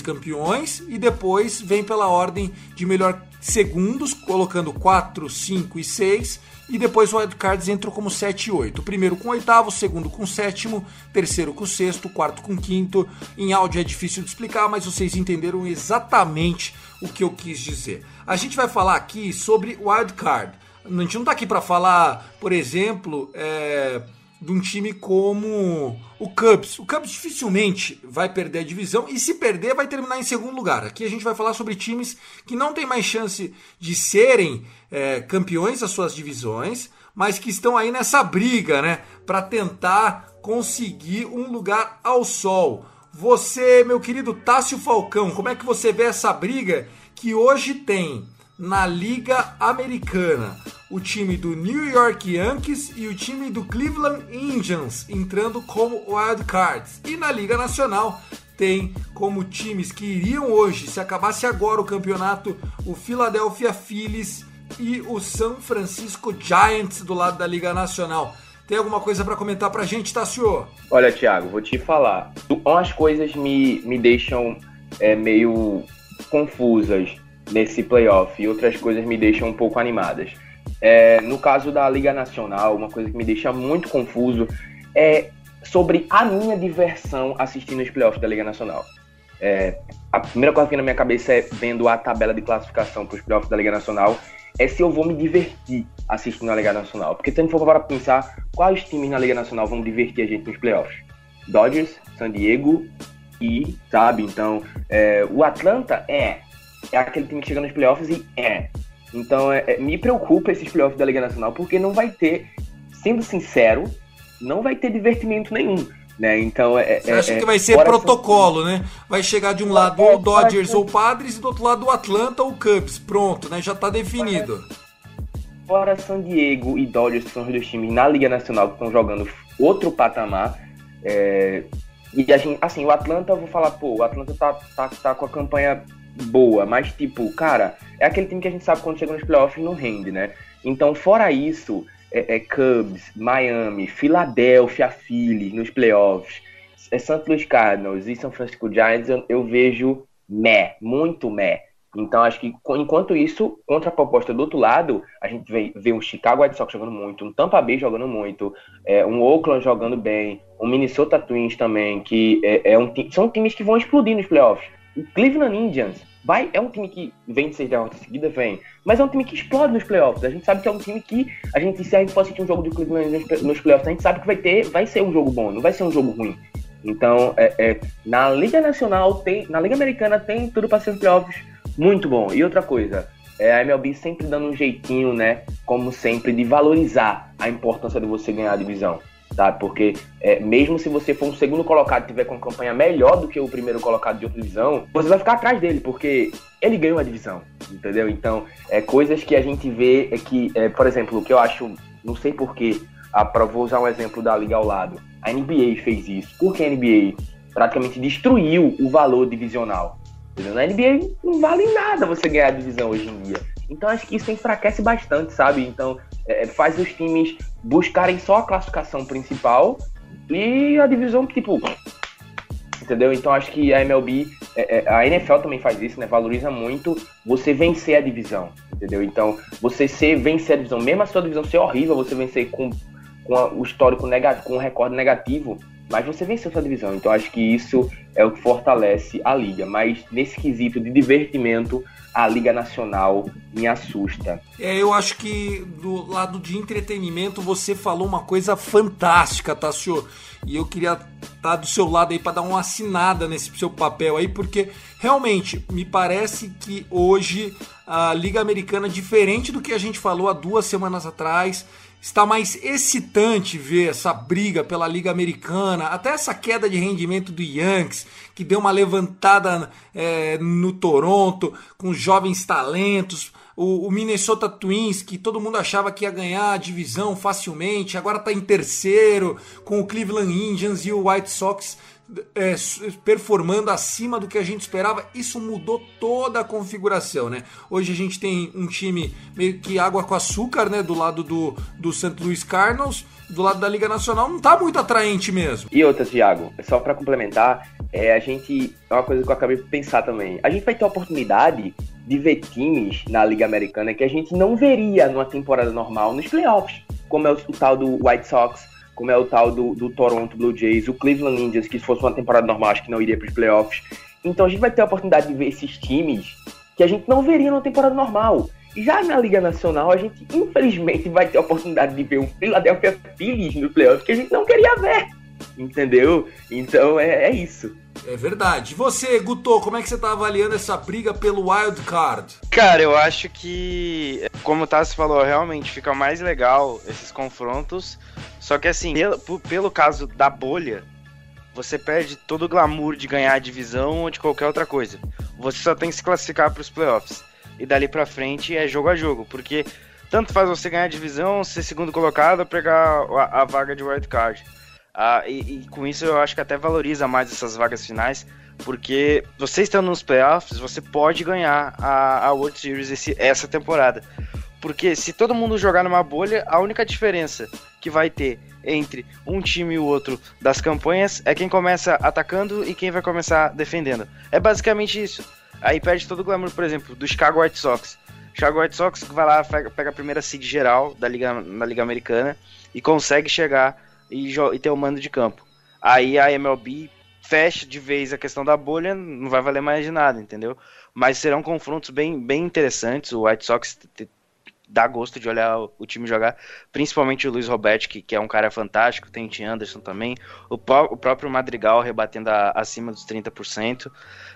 campeões e depois vem pela ordem de melhor segundos, colocando quatro, cinco e seis, e depois o wildcards entram como sete e oito. O primeiro com o oitavo, o segundo com o sétimo, terceiro com o sexto, o quarto com o quinto. Em áudio é difícil de explicar, mas vocês entenderam exatamente o que eu quis dizer. A gente vai falar aqui sobre wildcard. A gente não está aqui para falar, por exemplo, é, de um time como o Cubs. O Cubs dificilmente vai perder a divisão e, se perder, vai terminar em segundo lugar. Aqui a gente vai falar sobre times que não têm mais chance de serem é, campeões das suas divisões, mas que estão aí nessa briga, né, para tentar conseguir um lugar ao sol. Você, meu querido Tássio Falcão, como é que você vê essa briga que hoje tem na Liga Americana o time do New York Yankees e o time do Cleveland Indians entrando como wildcards? E na Liga Nacional tem como times que iriam hoje, se acabasse agora o campeonato, o Philadelphia Phillies e o San Francisco Giants do lado da Liga Nacional. Tem alguma coisa para comentar pra gente, Tássio? Olha, Thiago, vou te falar. Umas coisas me, me deixam é, meio confusas nesse playoff e outras coisas me deixam um pouco animadas. É, no caso da Liga Nacional, uma coisa que me deixa muito confuso é sobre a minha diversão assistindo os playoffs da Liga Nacional. É, a primeira coisa que vem na minha cabeça é vendo a tabela de classificação para os playoffs da Liga Nacional, é se eu vou me divertir assistindo a Liga Nacional. Porque se a gente for para pensar, quais times na Liga Nacional vão divertir a gente nos playoffs? Dodgers, San Diego e, sabe, então, é, o Atlanta é, é aquele time que chega nos playoffs e é. Então, é, é, me preocupa esses playoffs da Liga Nacional, porque não vai ter, sendo sincero, não vai ter divertimento nenhum. Né? Então, é, Você acha é, que vai ser protocolo, né? Vai chegar de um lado é, o Dodgers ou o Padres e do outro lado o Atlanta ou o Cubs. Pronto, né? Já tá definido. Fora San Diego e Dodgers, que são os dois times na Liga Nacional que estão jogando outro patamar. É, e a gente, assim, o Atlanta, eu vou falar, pô, o Atlanta tá, tá, tá com a campanha boa, mas tipo, cara, é aquele time que a gente sabe quando chega nos playoffs não rende, né? Então, fora isso, é, é Cubs, Miami, Philadelphia Phillies nos playoffs, é Saint Louis Cardinals e San Francisco Giants, eu, eu vejo meh, muito meh. Então, acho que enquanto isso, contra a proposta do outro lado, a gente vê, vê um Chicago White Sox jogando muito, um Tampa Bay jogando muito, é, um Oakland jogando bem, um Minnesota Twins também, que é, é um, são times que vão explodir nos playoffs. O Cleveland Indians vai, é um time que vem de seis derrotas seguidas, vem, mas é um time que explode nos playoffs. A gente sabe que é um time que, a gente, se a gente for assistir um jogo do Cleveland Indians nos playoffs, a gente sabe que vai ter, vai ser um jogo bom, não vai ser um jogo ruim. Então, é, é, na Liga Nacional, tem, na Liga Americana tem tudo para ser um playoffs muito bom. E outra coisa, é a M L B sempre dando um jeitinho, né, como sempre, de valorizar a importância de você ganhar a divisão, tá? Porque é, mesmo se você for um segundo colocado e tiver com uma campanha melhor do que o primeiro colocado de outra divisão, você vai ficar atrás dele, porque ele ganhou a divisão, entendeu? Então, é, coisas que a gente vê é que, é, por exemplo, o que eu acho, não sei porquê, ah, pra, vou usar um exemplo da liga ao lado, a N B A fez isso, porque a N B A praticamente destruiu o valor divisional. Na N B A não vale nada você ganhar a divisão hoje em dia. Então acho que isso enfraquece bastante, sabe? Então é, faz os times buscarem só a classificação principal e a divisão, tipo... Entendeu? Então acho que a M L B, é, a N F L também faz isso, né? Valoriza muito você vencer a divisão, entendeu? Então você ser, vencer a divisão, mesmo a sua divisão ser horrível, você vencer com, com a, o histórico negativo, com o recorde negativo, mas você venceu sua divisão. Então acho que isso é o que fortalece a liga. Mas nesse quesito de divertimento, a Liga Nacional me assusta. É, eu acho que do lado de entretenimento você falou uma coisa fantástica, Tássio. E eu queria estar do seu lado aí para dar uma assinada nesse seu papel aí, porque realmente me parece que hoje a Liga Americana, diferente do que a gente falou há duas semanas atrás, está mais excitante ver essa briga pela Liga Americana, até essa queda de rendimento do Yankees, que deu uma levantada é, no Toronto, com jovens talentos, o, o Minnesota Twins, que todo mundo achava que ia ganhar a divisão facilmente, agora está em terceiro, com o Cleveland Indians e o White Sox É, performando acima do que a gente esperava. Isso mudou toda a configuração, né? Hoje a gente tem um time meio que água com açúcar, né? Do lado do, do Saint Louis Cardinals, do lado da Liga Nacional não tá muito atraente mesmo. E outra, Thiago, só para complementar, é, a gente, é uma coisa que eu acabei de pensar também, a gente vai ter a oportunidade de ver times na Liga Americana que a gente não veria numa temporada normal nos playoffs, como é o, o tal do White Sox, como é o tal do, do Toronto Blue Jays, o Cleveland Indians, que se fosse uma temporada normal acho que não iria para os playoffs. Então a gente vai ter a oportunidade de ver esses times que a gente não veria numa temporada normal. E já na Liga Nacional, a gente infelizmente vai ter a oportunidade de ver o Philadelphia Phillies no playoff, que a gente não queria ver, entendeu? Então é, é isso. É verdade. E você, Guto, como é que você tá avaliando essa briga pelo Wild Card? Cara, eu acho que, como o Tassi falou, realmente fica mais legal esses confrontos. Só que assim, pelo, pelo caso da bolha, você perde todo o glamour de ganhar a divisão ou de qualquer outra coisa. Você só tem que se classificar para os playoffs. E dali pra frente é jogo a jogo, porque tanto faz você ganhar a divisão, ser segundo colocado ou pegar a, a vaga de Wild Card. Ah, e, e com isso eu acho que até valoriza mais essas vagas finais, porque você estando nos playoffs, você pode ganhar a, a World Series esse, essa temporada. Porque se todo mundo jogar numa bolha, a única diferença que vai ter entre um time e o outro das campanhas é quem começa atacando e quem vai começar defendendo. É basicamente isso. Aí perde todo o glamour, por exemplo, do Chicago White Sox. Chicago White Sox vai lá, pega a primeira seed geral da Liga, na Liga Americana e consegue chegar e, e ter o mando de campo. Aí a M L B fecha de vez a questão da bolha, não vai valer mais de nada, entendeu? Mas serão confrontos bem, bem interessantes. O White Sox t- t- dá gosto de olhar o, o time jogar, principalmente o Luiz Roberto, que, que é um cara fantástico, tem o Tim Anderson também, o, pró- o próprio Madrigal rebatendo a, acima dos trinta por cento.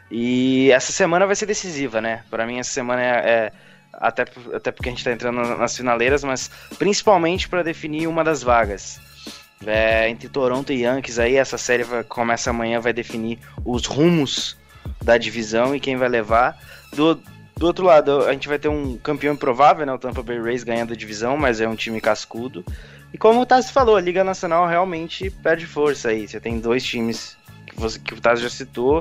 E essa semana vai ser decisiva, né? Para mim essa semana é, é até, até porque a gente tá entrando nas finaleiras, mas principalmente para definir uma das vagas. É, entre Toronto e Yankees aí, essa série vai, começa amanhã, vai definir os rumos da divisão e quem vai levar. Do, do outro lado, a gente vai ter um campeão improvável, né? O Tampa Bay Rays ganhando a divisão, mas é um time cascudo. E como o Tassi falou, a Liga Nacional realmente perde força aí. Você tem dois times que, você, que o Tassi já citou.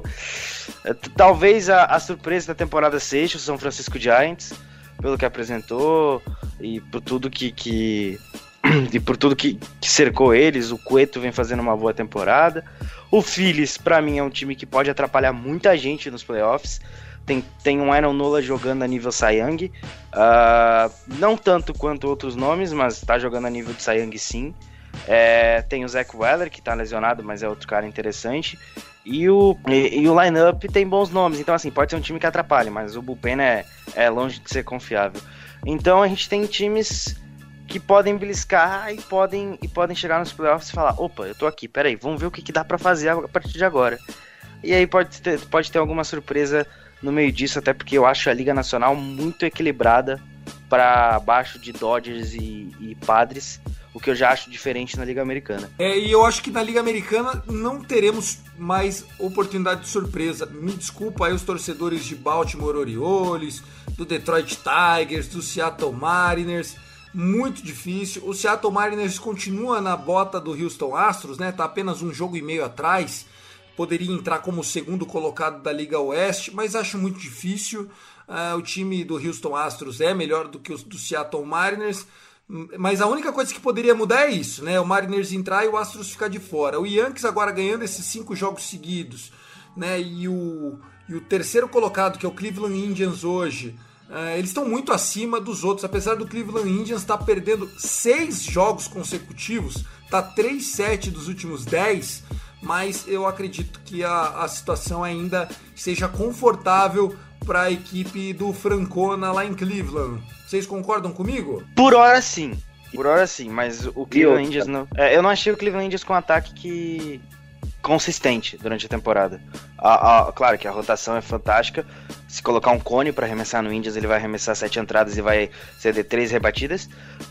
Talvez a, a surpresa da temporada seja o São Francisco Giants, pelo que apresentou e por tudo que... que e por tudo que, que cercou eles. O Cueto vem fazendo uma boa temporada. O Phillies, pra mim, é um time que pode atrapalhar muita gente nos playoffs. Tem, tem um Aaron Nola jogando a nível Cy Young, uh, não tanto quanto outros nomes, mas tá jogando a nível de Cy Young sim. É, tem o Zach Weller, que tá lesionado, mas é outro cara interessante. E o, e, e o line-up tem bons nomes, então assim, pode ser um time que atrapalhe, mas o bullpen é, é longe de ser confiável. Então a gente tem times que podem beliscar e podem, e podem chegar nos playoffs e falar: opa, eu tô aqui, peraí, vamos ver o que, que dá pra fazer a partir de agora. E aí pode ter, pode ter alguma surpresa no meio disso, até porque eu acho a Liga Nacional muito equilibrada para baixo de Dodgers e, e Padres, o que eu já acho diferente na Liga Americana. É, e eu acho que na Liga Americana não teremos mais oportunidade de surpresa. Me desculpa aí os torcedores de Baltimore Orioles, do Detroit Tigers, do Seattle Mariners. Muito difícil. O Seattle Mariners continua na bota do Houston Astros, né? Tá apenas um jogo e meio atrás. Poderia entrar como segundo colocado da Liga Oeste, mas acho muito difícil. Uh, o time do Houston Astros é melhor do que o do Seattle Mariners, mas a única coisa que poderia mudar é isso, né? O Mariners entrar e o Astros ficar de fora. O Yankees agora ganhando esses cinco jogos seguidos, né? E o, e o terceiro colocado, que é o Cleveland Indians hoje, uh, eles estão muito acima dos outros, apesar do Cleveland Indians estar tá perdendo seis jogos consecutivos, tá três a sete dos últimos dez, mas eu acredito que a, a situação ainda seja confortável para a equipe do Francona lá em Cleveland. Vocês concordam comigo? Por hora sim, por hora sim, mas o Cleveland Indians não... É, eu não achei o Cleveland Indians com um ataque que... consistente durante a temporada. A, a, claro que a rotação é fantástica. Se colocar um cone para arremessar no Indians, ele vai arremessar sete entradas e vai ceder três rebatidas,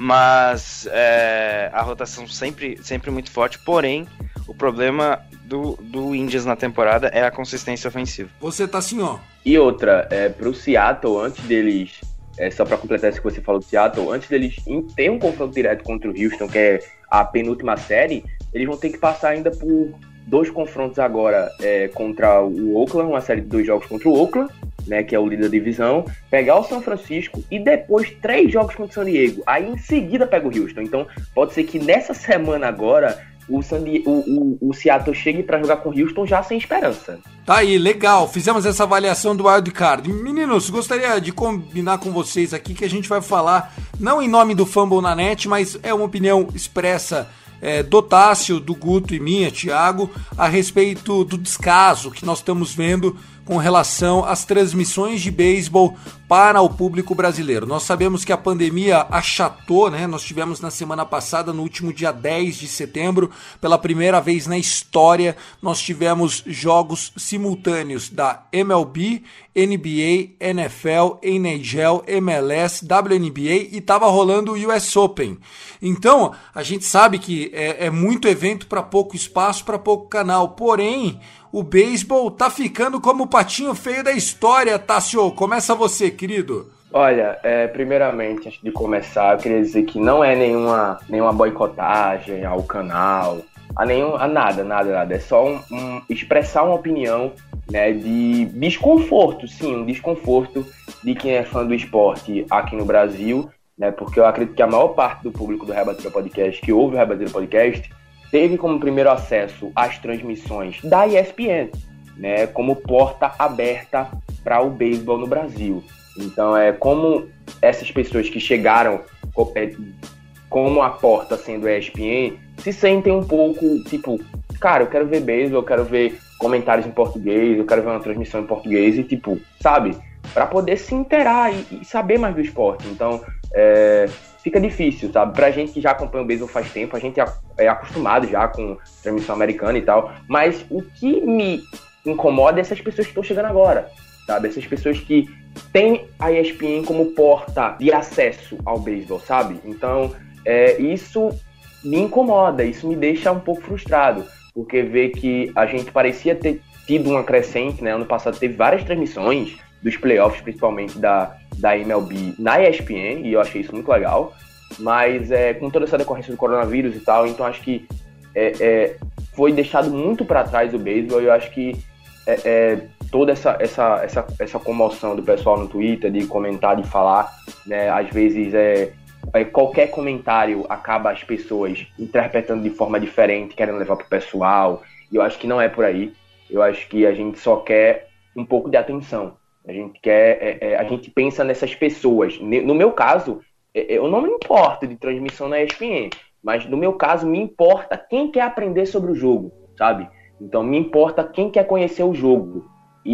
mas é, a rotação sempre, sempre muito forte. Porém, o problema do, do Indians na temporada é a consistência ofensiva. Você tá assim, ó. E outra, é, pro Seattle, antes deles, é, só para completar isso que você falou do Seattle, antes deles ter um confronto direto contra o Houston, que é a penúltima série, eles vão ter que passar ainda por dois confrontos agora é, contra o Oakland, uma série de dois jogos contra o Oakland, né, que é o líder da divisão, pegar o São Francisco e depois três jogos contra o San Diego. Aí em seguida pega o Houston. Então pode ser que nessa semana agora o, Sandy, o, o, o Seattle chegue para jogar com o Houston já sem esperança. Tá aí, legal. Fizemos essa avaliação do Wild Card. Meninos, gostaria de combinar com vocês aqui que a gente vai falar, não em nome do Fumble na Net, mas é uma opinião expressa é, do Tássio, do Guto e minha, Thiago, a respeito do descaso que nós estamos vendo com relação às transmissões de beisebol para o público brasileiro. Nós sabemos que a pandemia achatou, né? Nós tivemos na semana passada, no último dia dez de setembro, pela primeira vez na história, nós tivemos jogos simultâneos da M L B, N B A, N F L, N H L, M L S, W N B A e estava rolando o U S Open. Então, a gente sabe que é, é muito evento para pouco espaço, para pouco canal, porém o beisebol tá ficando como o patinho feio da história. Tássio, começa você, querido. Olha, é, primeiramente, antes de começar, eu queria dizer que não é nenhuma, nenhuma boicotagem ao canal, a, nenhum, a nada, nada, nada. É só um, um, expressar uma opinião, né, de desconforto, sim, um desconforto de quem é fã do esporte aqui no Brasil, né, porque eu acredito que a maior parte do público do Rebatida Podcast, que ouve o Rebatida Podcast, teve como primeiro acesso às transmissões da E S P N, né, como porta aberta para o beisebol no Brasil. Então, é como essas pessoas que chegaram é, como a porta sendo a E S P N, se sentem um pouco, tipo, cara, eu quero ver beisebol, eu quero ver comentários em português, eu quero ver uma transmissão em português e, tipo, sabe? Para poder se inteirar e, e saber mais do esporte. Então, é... fica difícil, sabe? Pra gente que já acompanha o beisebol faz tempo, a gente é acostumado já com transmissão americana e tal, mas o que me incomoda é essas pessoas que estão chegando agora, sabe? Essas pessoas que têm a E S P N como porta de acesso ao beisebol, sabe? Então, é, isso me incomoda, isso me deixa um pouco frustrado, porque ver que a gente parecia ter tido uma crescente, né? Ano passado teve várias transmissões dos playoffs, principalmente da, da M L B na E S P N, e eu achei isso muito legal, mas é, com toda essa decorrência do coronavírus e tal, então acho que é, é, foi deixado muito para trás o beisebol, e eu acho que é, é, toda essa, essa, essa, essa comoção do pessoal no Twitter, de comentar, de falar, né, às vezes é, é, qualquer comentário acaba as pessoas interpretando de forma diferente, querendo levar pro pessoal, e eu acho que não é por aí, eu acho que a gente só quer um pouco de atenção. A gente quer, é, é, a gente pensa nessas pessoas. No meu caso, é, eu não me importo de transmissão na E S P N, mas no meu caso me importa quem quer aprender sobre o jogo, sabe? Então me importa quem quer conhecer o jogo.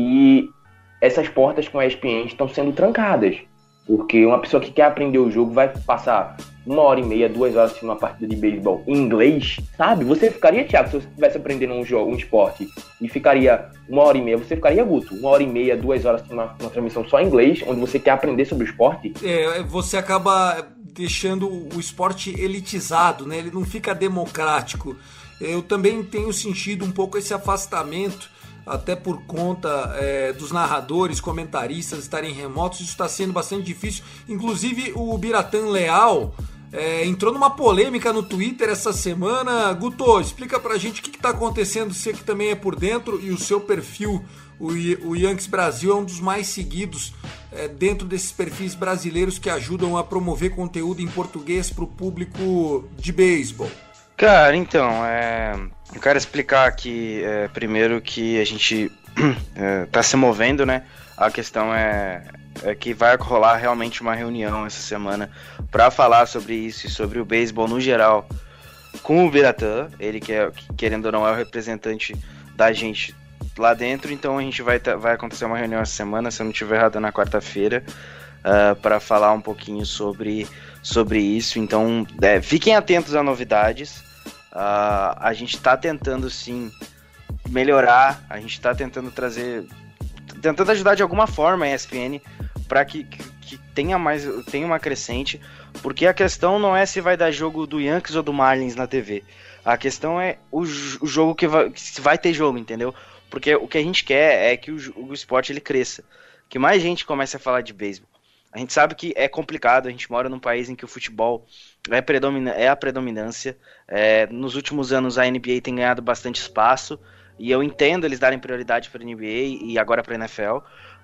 E essas portas com a E S P N estão sendo trancadas, porque uma pessoa que quer aprender o jogo vai passar uma hora e meia, duas horas assistindo uma partida de beisebol em inglês, sabe? Você ficaria, Thiago, se você estivesse aprendendo um jogo, um esporte, e ficaria uma hora e meia, você ficaria, Guto, uma hora e meia, duas horas assistindo uma, uma transmissão só em inglês, onde você quer aprender sobre o esporte? É, você acaba deixando o esporte elitizado, né? Ele não fica democrático. Eu também tenho sentido um pouco esse afastamento, até por conta é, dos narradores, comentaristas estarem remotos. Isso está sendo bastante difícil. Inclusive o Biratan Leal é, entrou numa polêmica no Twitter essa semana. Guto, explica pra gente o que está acontecendo, você que também é por dentro, e o seu perfil, o, o Yankees Brasil, é um dos mais seguidos é, dentro desses perfis brasileiros que ajudam a promover conteúdo em português para o público de beisebol. Cara, então, é... eu quero explicar aqui, é, primeiro, que a gente é, tá se movendo, né? A questão é, é que vai rolar realmente uma reunião essa semana para falar sobre isso e sobre o beisebol no geral com o Biratan, ele que, é, que querendo ou não é o representante da gente lá dentro. Então a gente vai, vai acontecer uma reunião essa semana, se eu não estiver errado, na quarta-feira, uh, para falar um pouquinho sobre, sobre isso. Então é, fiquem atentos a novidades. Uh, a gente está tentando sim melhorar, a gente está tentando trazer, tentando ajudar de alguma forma a E S P N para que, que, que tenha mais, tenha uma crescente, porque a questão não é se vai dar jogo do Yankees ou do Marlins na T V, a questão é o, o jogo que vai, que vai ter jogo, entendeu? Porque o que a gente quer é que o, o esporte ele cresça, que mais gente comece a falar de beisebol. A gente sabe que é complicado, a gente mora num país em que o futebol é, predomina- é a predominância. É, nos últimos anos a N B A tem ganhado bastante espaço, e eu entendo eles darem prioridade para a N B A e agora para a N F L,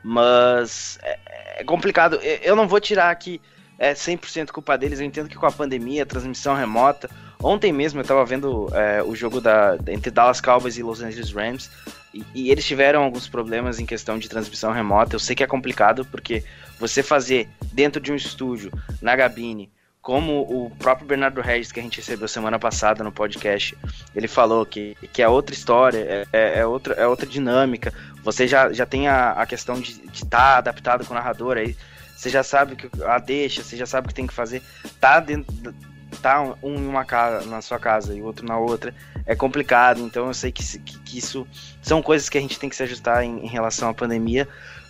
mas é, é complicado. Eu não vou tirar aqui é, cem por cento culpa deles, eu entendo que com a pandemia, a transmissão remota, Ontem mesmo eu tava vendo é, o jogo da, entre Dallas Cowboys e Los Angeles Rams, e, e eles tiveram alguns problemas em questão de transmissão remota. Eu sei que é complicado, porque você fazer dentro de um estúdio, na cabine, como o próprio Bernardo Regis, que a gente recebeu semana passada no podcast, ele falou que, que é outra história, é, é, outra, é outra dinâmica. Você já, já tem a, a questão de estar tá adaptado com o narrador, aí você já sabe que a deixa, você já sabe o que tem que fazer, tá dentro, tá um em uma casa, na sua casa e o outro na outra, é complicado. Então eu sei que, que, que isso são coisas que a gente tem que se ajustar em, em relação à pandemia,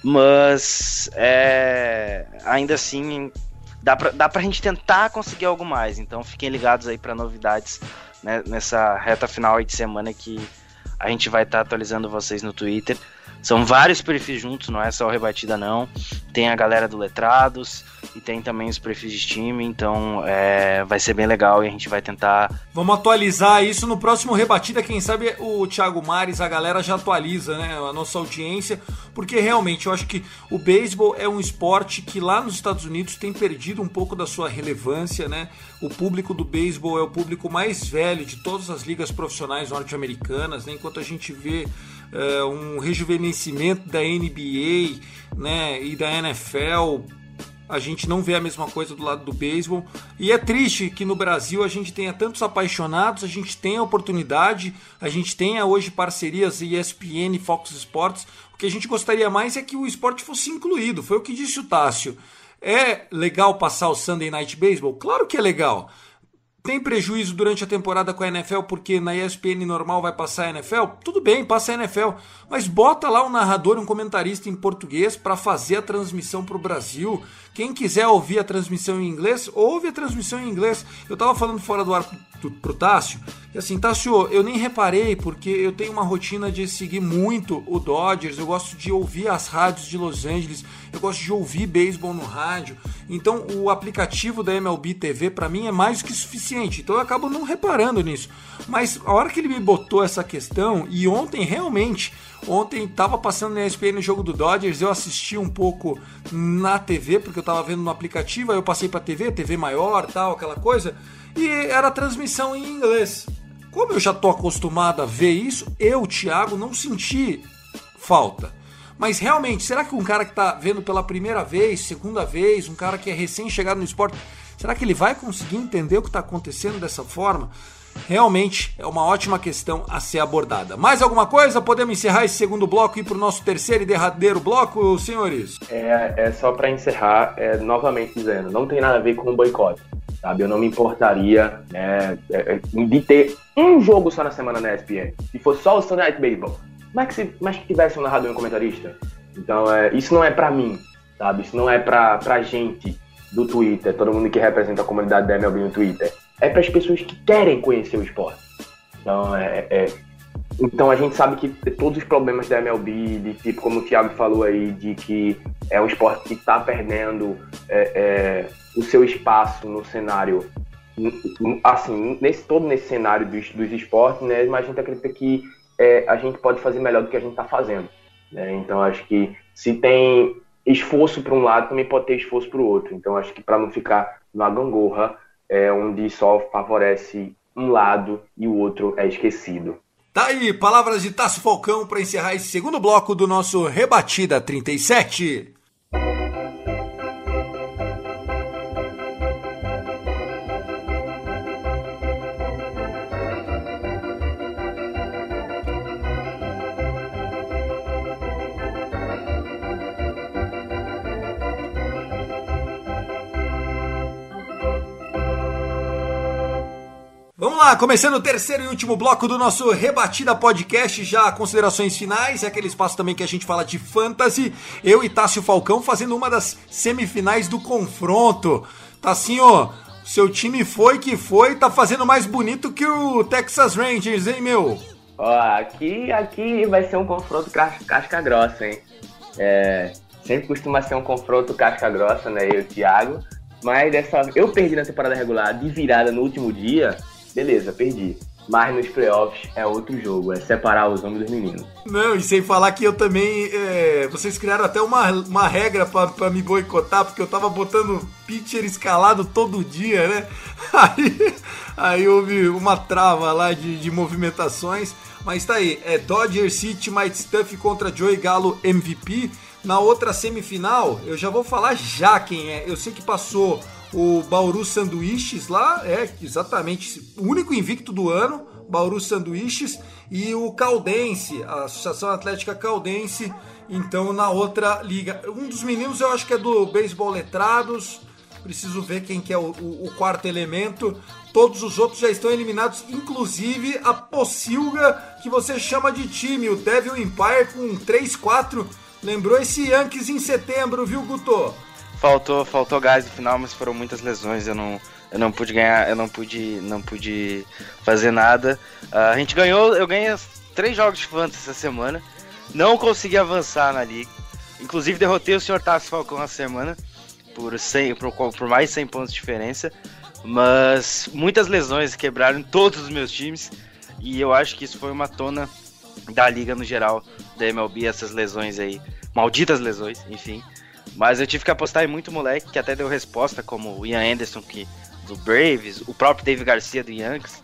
mas é, ainda assim dá pra, dá pra gente tentar conseguir algo mais. Então fiquem ligados aí para novidades, né, nessa reta final aí de semana, que a gente vai estar tá atualizando vocês no Twitter. São vários perfis juntos, não é só o Rebatida não. Tem a galera do Letrados e tem também os perfis de time, então é, vai ser bem legal e a gente vai tentar... Vamos atualizar isso no próximo Rebatida, quem sabe o Thiago Mares, a galera já atualiza, né, a nossa audiência, porque realmente eu acho que o beisebol é um esporte que lá nos Estados Unidos tem perdido um pouco da sua relevância, né? O público do beisebol é o público mais velho de todas as ligas profissionais norte-americanas, né? Enquanto a gente vê Uh, um rejuvenescimento da N B A, né, e da N F L, a gente não vê a mesma coisa do lado do beisebol, e é triste que no Brasil a gente tenha tantos apaixonados, a gente tenha oportunidade, a gente tenha hoje parcerias E S P N e Fox Sports. O que a gente gostaria mais é que o esporte fosse incluído. Foi o que disse o Tássio. É legal passar o Sunday Night Baseball? Claro que é legal. Tem prejuízo durante a temporada com a N F L porque na E S P N normal vai passar a N F L? Tudo bem, passa a N F L, mas bota lá um narrador, um comentarista em português para fazer a transmissão para o Brasil. Quem quiser ouvir a transmissão em inglês, ouve a transmissão em inglês. Eu tava falando fora do ar pro, pro Tássio, e assim, Tássio, eu nem reparei, porque eu tenho uma rotina de seguir muito o Dodgers, eu gosto de ouvir as rádios de Los Angeles, eu gosto de ouvir beisebol no rádio, então o aplicativo da M L B T V para mim é mais do que suficiente, então eu acabo não reparando nisso. Mas a hora que ele me botou essa questão, e ontem realmente, ontem estava passando na E S P N o jogo do Dodgers, eu assisti um pouco na T V, porque eu estava vendo no aplicativo, aí eu passei para T V, T V maior, tal, aquela coisa, e era transmissão em inglês. Como eu já estou acostumado a ver isso, eu, Thiago, não senti falta. Mas realmente, será que um cara que está vendo pela primeira vez, segunda vez, um cara que é recém-chegado no esporte, será que ele vai conseguir entender o que está acontecendo dessa forma? Realmente é uma ótima questão a ser abordada. Mais alguma coisa? Podemos encerrar esse segundo bloco e ir para o nosso terceiro e derradeiro bloco, senhores? É, é só para encerrar, é, novamente dizendo, não tem nada a ver com o boicote, sabe? Eu não me importaria, né, de ter um jogo só na semana na E S P N. Se fosse só o Sunday Night Baseball, mas que, se, mas que tivesse um narrador e um comentarista. Então, é, isso não é para mim, sabe? Isso não é para pra gente do Twitter, todo mundo que representa a comunidade da M L B no Twitter. É para as pessoas que querem conhecer o esporte. Então, é, é, então a gente sabe que todos os problemas da M L B, de tipo, como o Thiago falou aí, de que é um esporte que está perdendo é, é, o seu espaço no cenário, assim, nesse, todo nesse cenário dos, dos esportes, né? Mas a gente acredita que é, a gente pode fazer melhor do que a gente está fazendo, né? Então acho que se tem esforço para um lado, também pode ter esforço para o outro. Então acho que para não ficar na gangorra, é, onde só favorece um lado e o outro é esquecido. Tá aí, palavras de Tássio Falcão para encerrar esse segundo bloco do nosso Rebatida trinta e sete. Vamos lá, começando o terceiro e último bloco do nosso Rebatida Podcast, já considerações finais, é aquele espaço também que a gente fala de fantasy, eu e Tássio Falcão fazendo uma das semifinais do confronto. Tassinho, seu time foi que foi, tá fazendo mais bonito que o Texas Rangers, hein, meu? Ó, aqui, aqui vai ser um confronto casca grossa, hein? É, sempre costuma ser um confronto casca grossa, né, eu e o Thiago, mas dessa eu perdi na temporada regular de virada no último dia. Beleza, perdi. Mas nos playoffs é outro jogo, é separar os homens dos meninos. Não, e sem falar que eu também... É, vocês criaram até uma, uma regra pra, pra me boicotar, porque eu tava botando pitcher escalado todo dia, né? Aí, aí houve uma trava lá de, de movimentações, mas tá aí, é Dodger City Mighty Stuff contra Joey Gallo M V P. Na outra semifinal, eu já vou falar já quem é, eu sei que passou o Bauru Sanduíches lá, é exatamente o único invicto do ano, Bauru Sanduíches, e o Caldense, a Associação Atlética Caldense, então na outra liga. Um dos meninos eu acho que é do Beisebol Letrados, preciso ver quem que é o, o, o quarto elemento. Todos os outros já estão eliminados, inclusive a Pocilga, que você chama de time, o Devil Empire com três quatro. Lembrou esse Yankees em setembro, viu, Guto? Faltou, faltou gás no final, mas foram muitas lesões, eu não, eu não pude ganhar, eu não pude, não pude fazer nada. Uh, a gente ganhou, eu ganhei três jogos de fantasy essa semana, não consegui avançar na liga, inclusive derrotei o senhor Tassi Falcão na semana, por, cem, por, por mais de cem pontos de diferença, mas muitas lesões quebraram todos os meus times, e eu acho que isso foi uma tona da liga no geral, da M L B, essas lesões aí, malditas lesões, enfim. Mas eu tive que apostar em muito moleque que até deu resposta, como o Ian Anderson que, do Braves, o próprio Dave Garcia do Yankees,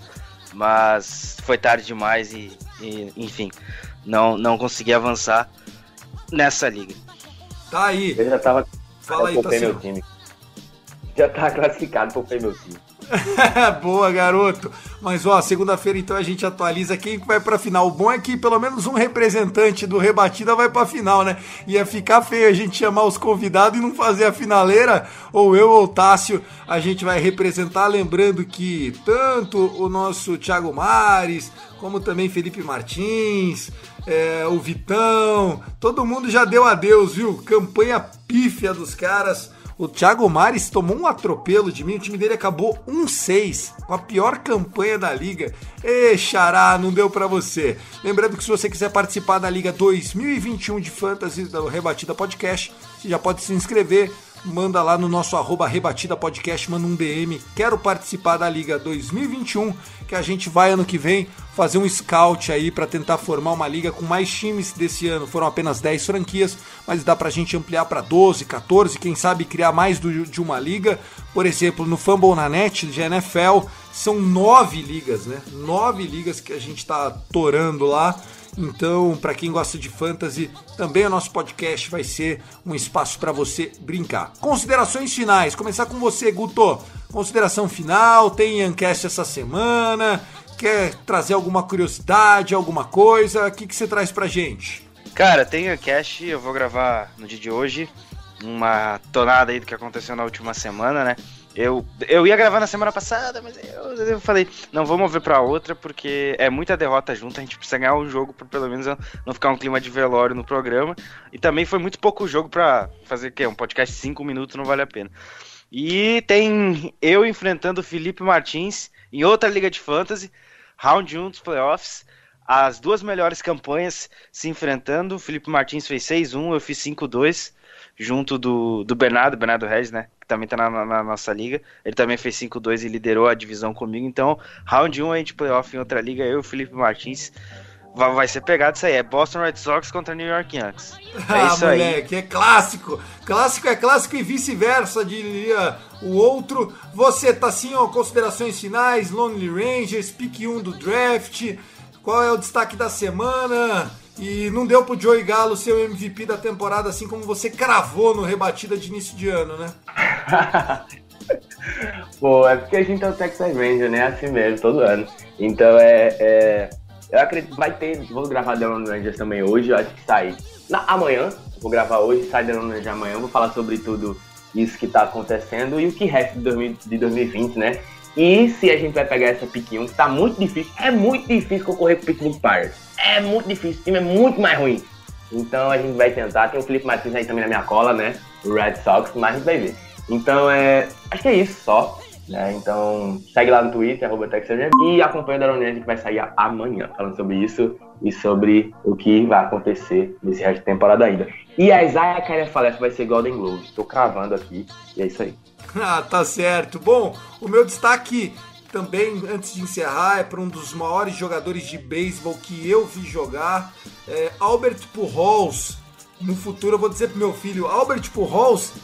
mas foi tarde demais e, e enfim, não, não consegui avançar nessa liga. Tá aí. Eu já tava... Fala aí, Tassio. Meu time. Já tava classificado, poupei meu time. Boa, garoto. Mas ó, segunda-feira então a gente atualiza quem vai pra final. O bom é que pelo menos um representante do Rebatida vai pra final, né? Ia ficar feio a gente chamar os convidados e não fazer a finaleira, ou eu ou o Tássio, a gente vai representar. Lembrando que tanto o nosso Thiago Mares, como também Felipe Martins, é, o Vitão, todo mundo já deu adeus, viu? Campanha pífia dos caras. O Thiago Mares tomou um atropelo de mim, o time dele acabou um seis, com a pior campanha da liga. Ê, xará, não deu pra você. Lembrando que se você quiser participar da Liga dois mil e vinte e um de Fantasy do Rebatida Podcast, você já pode se inscrever, manda lá no nosso arroba Rebatida Podcast, manda um D M, quero participar da Liga dois mil e vinte e um, que a gente vai ano que vem fazer um scout aí para tentar formar uma liga com mais times desse ano. Foram apenas dez franquias, mas dá pra gente ampliar para doze, catorze, quem sabe criar mais do, de uma liga. Por exemplo, no Fumble na Net de N F L, são nove ligas, né? Nove ligas que a gente tá torando lá. Então, para quem gosta de fantasy, também o nosso podcast vai ser um espaço para você brincar. Considerações finais, começar com você, Guto. Consideração final, tem Yancast essa semana, quer trazer alguma curiosidade, alguma coisa? O que, que você traz pra gente? Cara, tem Yancast, eu vou gravar no dia de hoje, uma tonada aí do que aconteceu na última semana, né? Eu, eu ia gravar na semana passada, mas eu, eu falei, não, vou mover pra outra, porque é muita derrota junto, a gente precisa ganhar um jogo pra pelo menos não ficar um clima de velório no programa. E também foi muito pouco jogo pra fazer, o quê? Um podcast de cinco minutos não vale a pena. E tem eu enfrentando o Felipe Martins em outra liga de fantasy, round um dos playoffs, as duas melhores campanhas se enfrentando. O Felipe Martins fez seis a um, eu fiz cinco a dois, junto do, do Bernardo, Bernardo Reis, né? Que também tá na, na, na nossa liga. Ele também fez cinco a dois e liderou a divisão comigo. Então, round um a gente playoff em outra liga, eu e o Felipe Martins. Vai, vai ser pegado isso aí, é Boston Red Sox contra New York Yankees. É ah, isso moleque, aí. É clássico. Clássico é clássico e vice-versa, diria o outro. Você tá assim, ó, considerações finais, Lonely Rangers, pick um do draft, qual é o destaque da semana? E não deu pro Joey Gallo ser o M V P da temporada, assim como você cravou no Rebatida de início de ano, né? Pô, é porque a gente é o Texas Ranger, né? Assim mesmo, todo ano. Então é... é... Eu acredito que vai ter, vou gravar The Lone Rangers também hoje, eu acho que sai na, amanhã, vou gravar hoje, sai The Lone Rangers amanhã, vou falar sobre tudo isso que tá acontecendo e o que resta de, dois mil, de dois mil e vinte, né? E se a gente vai pegar essa pick um, que tá muito difícil, é muito difícil concorrer com o Pittsburgh Pirates, é muito difícil, o time é muito mais ruim. Então a gente vai tentar, tem o Felipe Martins aí também na minha cola, né? O Red Sox, mas a gente vai ver. Então é, acho que é isso só. Né? Então, segue lá no Twitter, arroba TexasRanger, e acompanha o Daronete que vai sair amanhã, falando sobre isso e sobre o que vai acontecer nesse resto de temporada ainda. E a Isaiah Kiner-Falefa vai ser Golden Globe, tô cravando aqui, e é isso aí. Ah, tá certo. Bom, o meu destaque também, antes de encerrar, é para um dos maiores jogadores de beisebol que eu vi jogar, é Albert Pujols. No futuro eu vou dizer pro meu filho, Albert Pujols,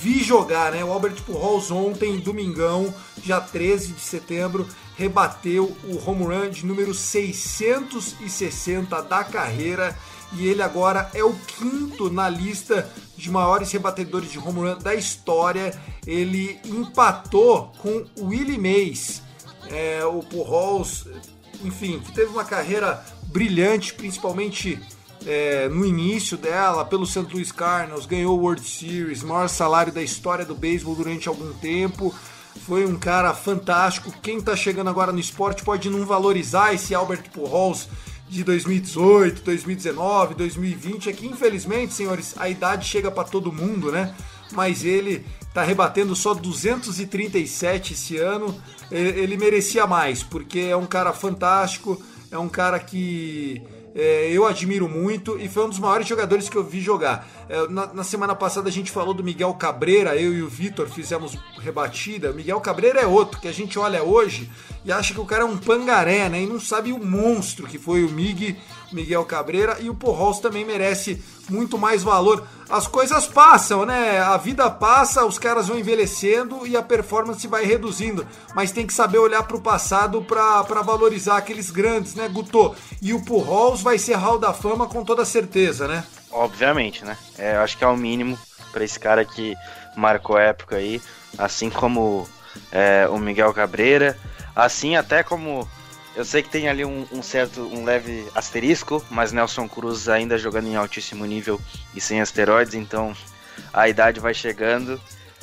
vi jogar, né? O Albert Pujols ontem, domingão, dia treze de setembro, rebateu o home run de número seiscentos e sessenta da carreira e ele agora é o quinto na lista de maiores rebatedores de home run da história. Ele empatou com o Willie Mays, é, o Pujols, enfim, que teve uma carreira brilhante, principalmente é, no início dela, pelo Saint Louis Cardinals, ganhou o World Series, maior salário da história do beisebol durante algum tempo. Foi um cara fantástico. Quem tá chegando agora no esporte pode não valorizar esse Albert Pujols de dois mil e dezoito, dois mil e dezenove, dois mil e vinte. É que, infelizmente, senhores, a idade chega para todo mundo, né? Mas ele tá rebatendo só duzentos e trinta e sete esse ano. Ele merecia mais, porque é um cara fantástico, é um cara que é, eu admiro muito e foi um dos maiores jogadores que eu vi jogar. É, na, na semana passada a gente falou do Miguel Cabrera, eu e o Vitor fizemos rebatida. Miguel Cabrera é outro, que a gente olha hoje e acha que o cara é um pangaré, né? E não sabe o monstro que foi o Mig, Miguel Cabrera, e o Pujols também merece muito mais valor. As coisas passam, né? A vida passa, os caras vão envelhecendo e a performance vai reduzindo, mas tem que saber olhar para o passado para valorizar aqueles grandes, né, Guto? E o Pujols vai ser Hall da Fama com toda certeza, né? Obviamente, né? É, eu acho que é o mínimo para esse cara que marcou a época aí, assim como é, o Miguel Cabrera, assim até como eu sei que tem ali um, um certo, um leve asterisco, mas Nelson Cruz ainda jogando em altíssimo nível e sem asteroides, então a idade vai chegando.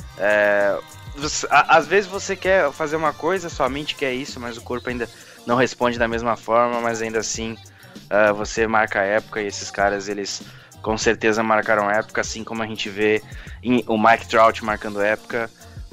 É, você, a, às vezes você quer fazer uma coisa, sua mente quer isso, mas o corpo ainda não responde da mesma forma, mas ainda assim uh, você marca a época e esses caras, eles com certeza marcaram a época, assim como a gente vê em, o Mike Trout marcando a época,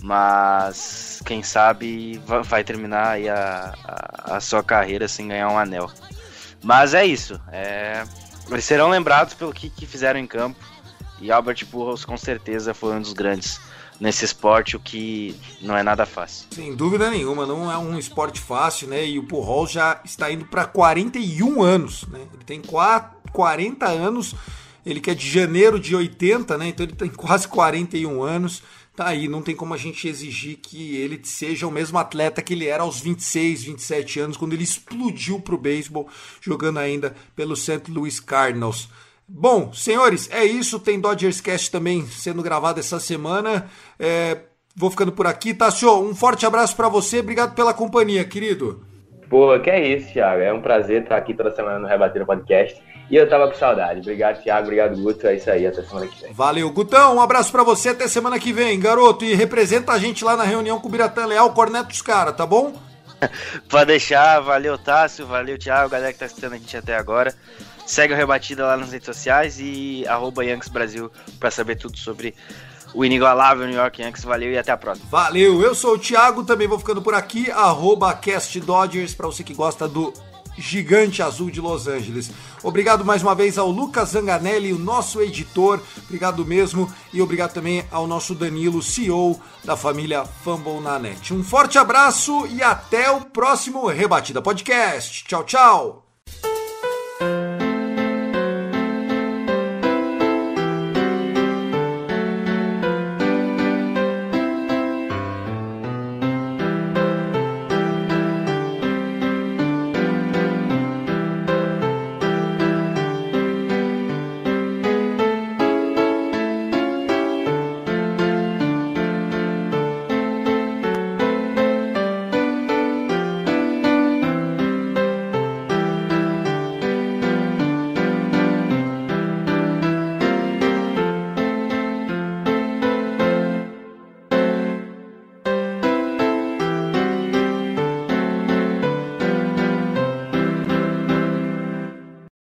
mas quem sabe vai terminar aí a, a, a sua carreira sem ganhar um anel. Mas é isso, é, eles serão lembrados pelo que, que fizeram em campo, e Albert Pujols com certeza foi um dos grandes nesse esporte, o que não é nada fácil. Sem dúvida nenhuma, não é um esporte fácil, né? E o Pujols já está indo para quarenta e um anos, né? Ele tem quarenta anos, ele que é de janeiro de oitenta, né? Então ele tem quase quarenta e um anos. Tá aí, não tem como a gente exigir que ele seja o mesmo atleta que ele era aos vinte e seis, vinte e sete anos, quando ele explodiu pro beisebol, jogando ainda pelo Saint Louis Cardinals. Bom, senhores, é isso. Tem Dodgers Cast também sendo gravado essa semana. É, vou ficando por aqui. Tassio, um forte abraço para você. Obrigado pela companhia, querido. Pô, que é isso, Thiago. É um prazer estar aqui toda semana no Rebater Podcast. E eu tava com saudade. Obrigado, Thiago. Obrigado, Guto. É isso aí. Até semana que vem. Valeu, Gutão. Um abraço pra você. Até semana que vem, garoto. E representa a gente lá na reunião com o Biratã Leal, corneta dos caras, tá bom? Pode deixar. Valeu, Tássio. Valeu, Thiago. Galera que tá assistindo a gente até agora. Segue o Rebatida lá nas redes sociais e arroba Yankees Brasil pra saber tudo sobre o inigualável New York Yankees. Valeu e até a próxima. Valeu. Eu sou o Thiago. Também vou ficando por aqui. Arroba Cast Dodgers pra você que gosta do gigante azul de Los Angeles. Obrigado mais uma vez ao Lucas Zanganelli, o nosso editor, obrigado mesmo, e obrigado também ao nosso Danilo, C E O da família Fumble na Net. Um forte abraço e até o próximo Rebatida Podcast. Tchau, tchau!